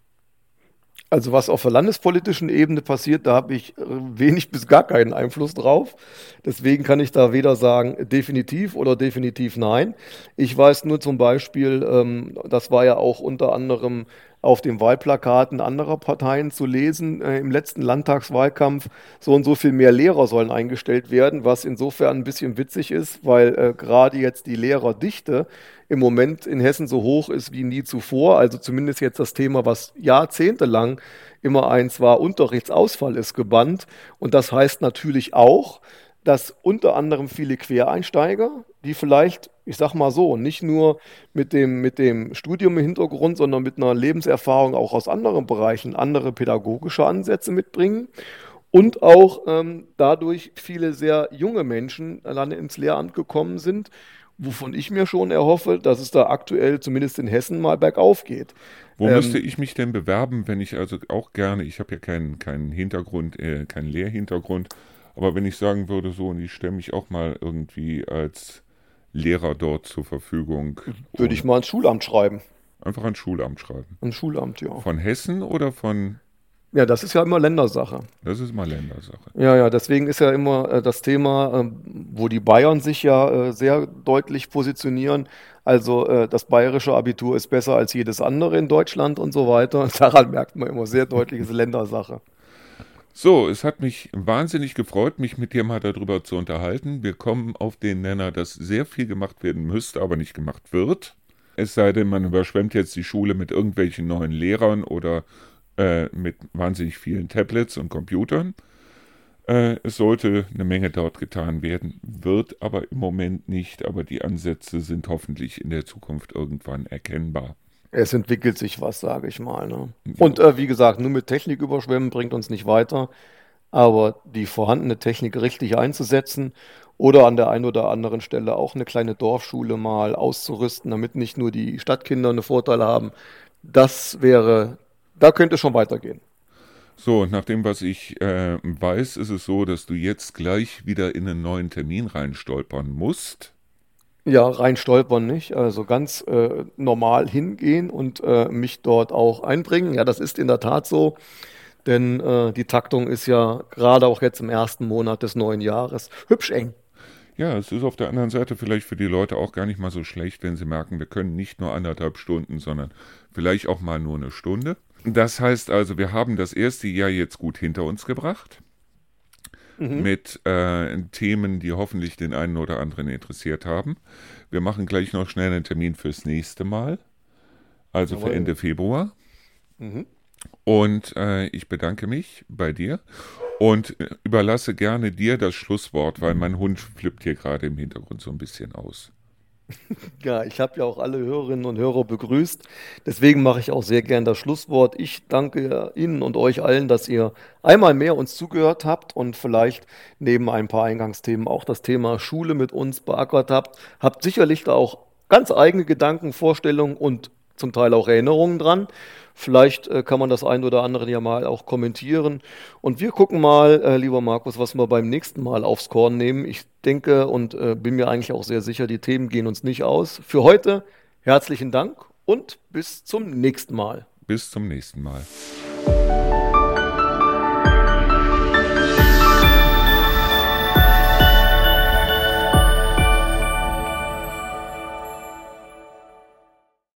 Also was auf der landespolitischen Ebene passiert, da habe ich äh, wenig bis gar keinen Einfluss drauf. Deswegen kann ich da weder sagen definitiv oder definitiv nein. Ich weiß nur zum Beispiel, ähm, das war ja auch unter anderem auf den Wahlplakaten anderer Parteien zu lesen, äh, im letzten Landtagswahlkampf, so und so viel mehr Lehrer sollen eingestellt werden, was insofern ein bisschen witzig ist, weil äh, gerade jetzt die Lehrerdichte im Moment in Hessen so hoch ist wie nie zuvor. Also zumindest jetzt das Thema, was jahrzehntelang immer eins war, Unterrichtsausfall ist gebannt. Und das heißt natürlich auch, dass unter anderem viele Quereinsteiger, die vielleicht, ich sag mal so, nicht nur mit dem, mit dem Studium im Hintergrund, sondern mit einer Lebenserfahrung auch aus anderen Bereichen andere pädagogische Ansätze mitbringen und auch ähm, dadurch viele sehr junge Menschen dann ins Lehramt gekommen sind, wovon ich mir schon erhoffe, dass es da aktuell zumindest in Hessen mal bergauf geht. Wo müsste Ähm, ich mich denn bewerben, wenn ich also auch gerne, ich habe ja keinen keinen Hintergrund, äh, keinen Lehrhintergrund, aber wenn ich sagen würde, so, und ich stelle mich auch mal irgendwie als Lehrer dort zur Verfügung Würde ich und mal ins Schulamt schreiben. einfach ein Schulamt schreiben. Ins Schulamt, ja. Von Hessen oder von, Ja, das ist ja immer Ländersache. das ist mal Ländersache. Ja, ja, deswegen ist ja immer äh, das Thema, ähm, wo die Bayern sich ja äh, sehr deutlich positionieren. Also äh, das bayerische Abitur ist besser als jedes andere in Deutschland und so weiter. Daran merkt man immer sehr deutlich, es ist Ländersache. So, es hat mich wahnsinnig gefreut, mich mit dir mal darüber zu unterhalten. Wir kommen auf den Nenner, dass sehr viel gemacht werden müsste, aber nicht gemacht wird. Es sei denn, man überschwemmt jetzt die Schule mit irgendwelchen neuen Lehrern oder äh, mit wahnsinnig vielen Tablets und Computern. Äh, es sollte eine Menge dort getan werden, wird aber im Moment nicht, aber die Ansätze sind hoffentlich in der Zukunft irgendwann erkennbar. Es entwickelt sich was, sage ich mal. Ne? Ja. Und äh, wie gesagt, nur mit Technik überschwemmen bringt uns nicht weiter. Aber die vorhandene Technik richtig einzusetzen oder an der einen oder anderen Stelle auch eine kleine Dorfschule mal auszurüsten, damit nicht nur die Stadtkinder einen Vorteil haben, das wäre, da könnte es schon weitergehen. So, nach dem, was ich äh, weiß, ist es so, dass du jetzt gleich wieder in einen neuen Termin reinstolpern musst. Ja, rein stolpern nicht, also ganz äh, normal hingehen und äh, mich dort auch einbringen. Ja, das ist in der Tat so, denn äh, die Taktung ist ja gerade auch jetzt im ersten Monat des neuen Jahres hübsch eng. Ja, es ist auf der anderen Seite vielleicht für die Leute auch gar nicht mal so schlecht, wenn sie merken, wir können nicht nur anderthalb Stunden, sondern vielleicht auch mal nur eine Stunde. Das heißt also, wir haben das erste Jahr jetzt gut hinter uns gebracht Mhm. mit äh, Themen, die hoffentlich den einen oder anderen interessiert haben. Wir machen gleich noch schnell einen Termin fürs nächste Mal, also für Jawohl. Ende Februar. Mhm. Und äh, ich bedanke mich bei dir und äh, überlasse gerne dir das Schlusswort, weil mein Hund flippt hier gerade im Hintergrund so ein bisschen aus. Ja, ich habe ja auch alle Hörerinnen und Hörer begrüßt. Deswegen mache ich auch sehr gern das Schlusswort. Ich danke Ihnen und euch allen, dass ihr einmal mehr uns zugehört habt und vielleicht neben ein paar Eingangsthemen auch das Thema Schule mit uns beackert habt. Habt sicherlich da auch ganz eigene Gedanken, Vorstellungen und zum Teil auch Erinnerungen dran. Vielleicht äh, kann man das ein oder andere ja mal auch kommentieren. Und wir gucken mal, äh, lieber Markus, was wir beim nächsten Mal aufs Korn nehmen. Ich denke und äh, bin mir eigentlich auch sehr sicher, die Themen gehen uns nicht aus. Für heute herzlichen Dank und bis zum nächsten Mal. Bis zum nächsten Mal.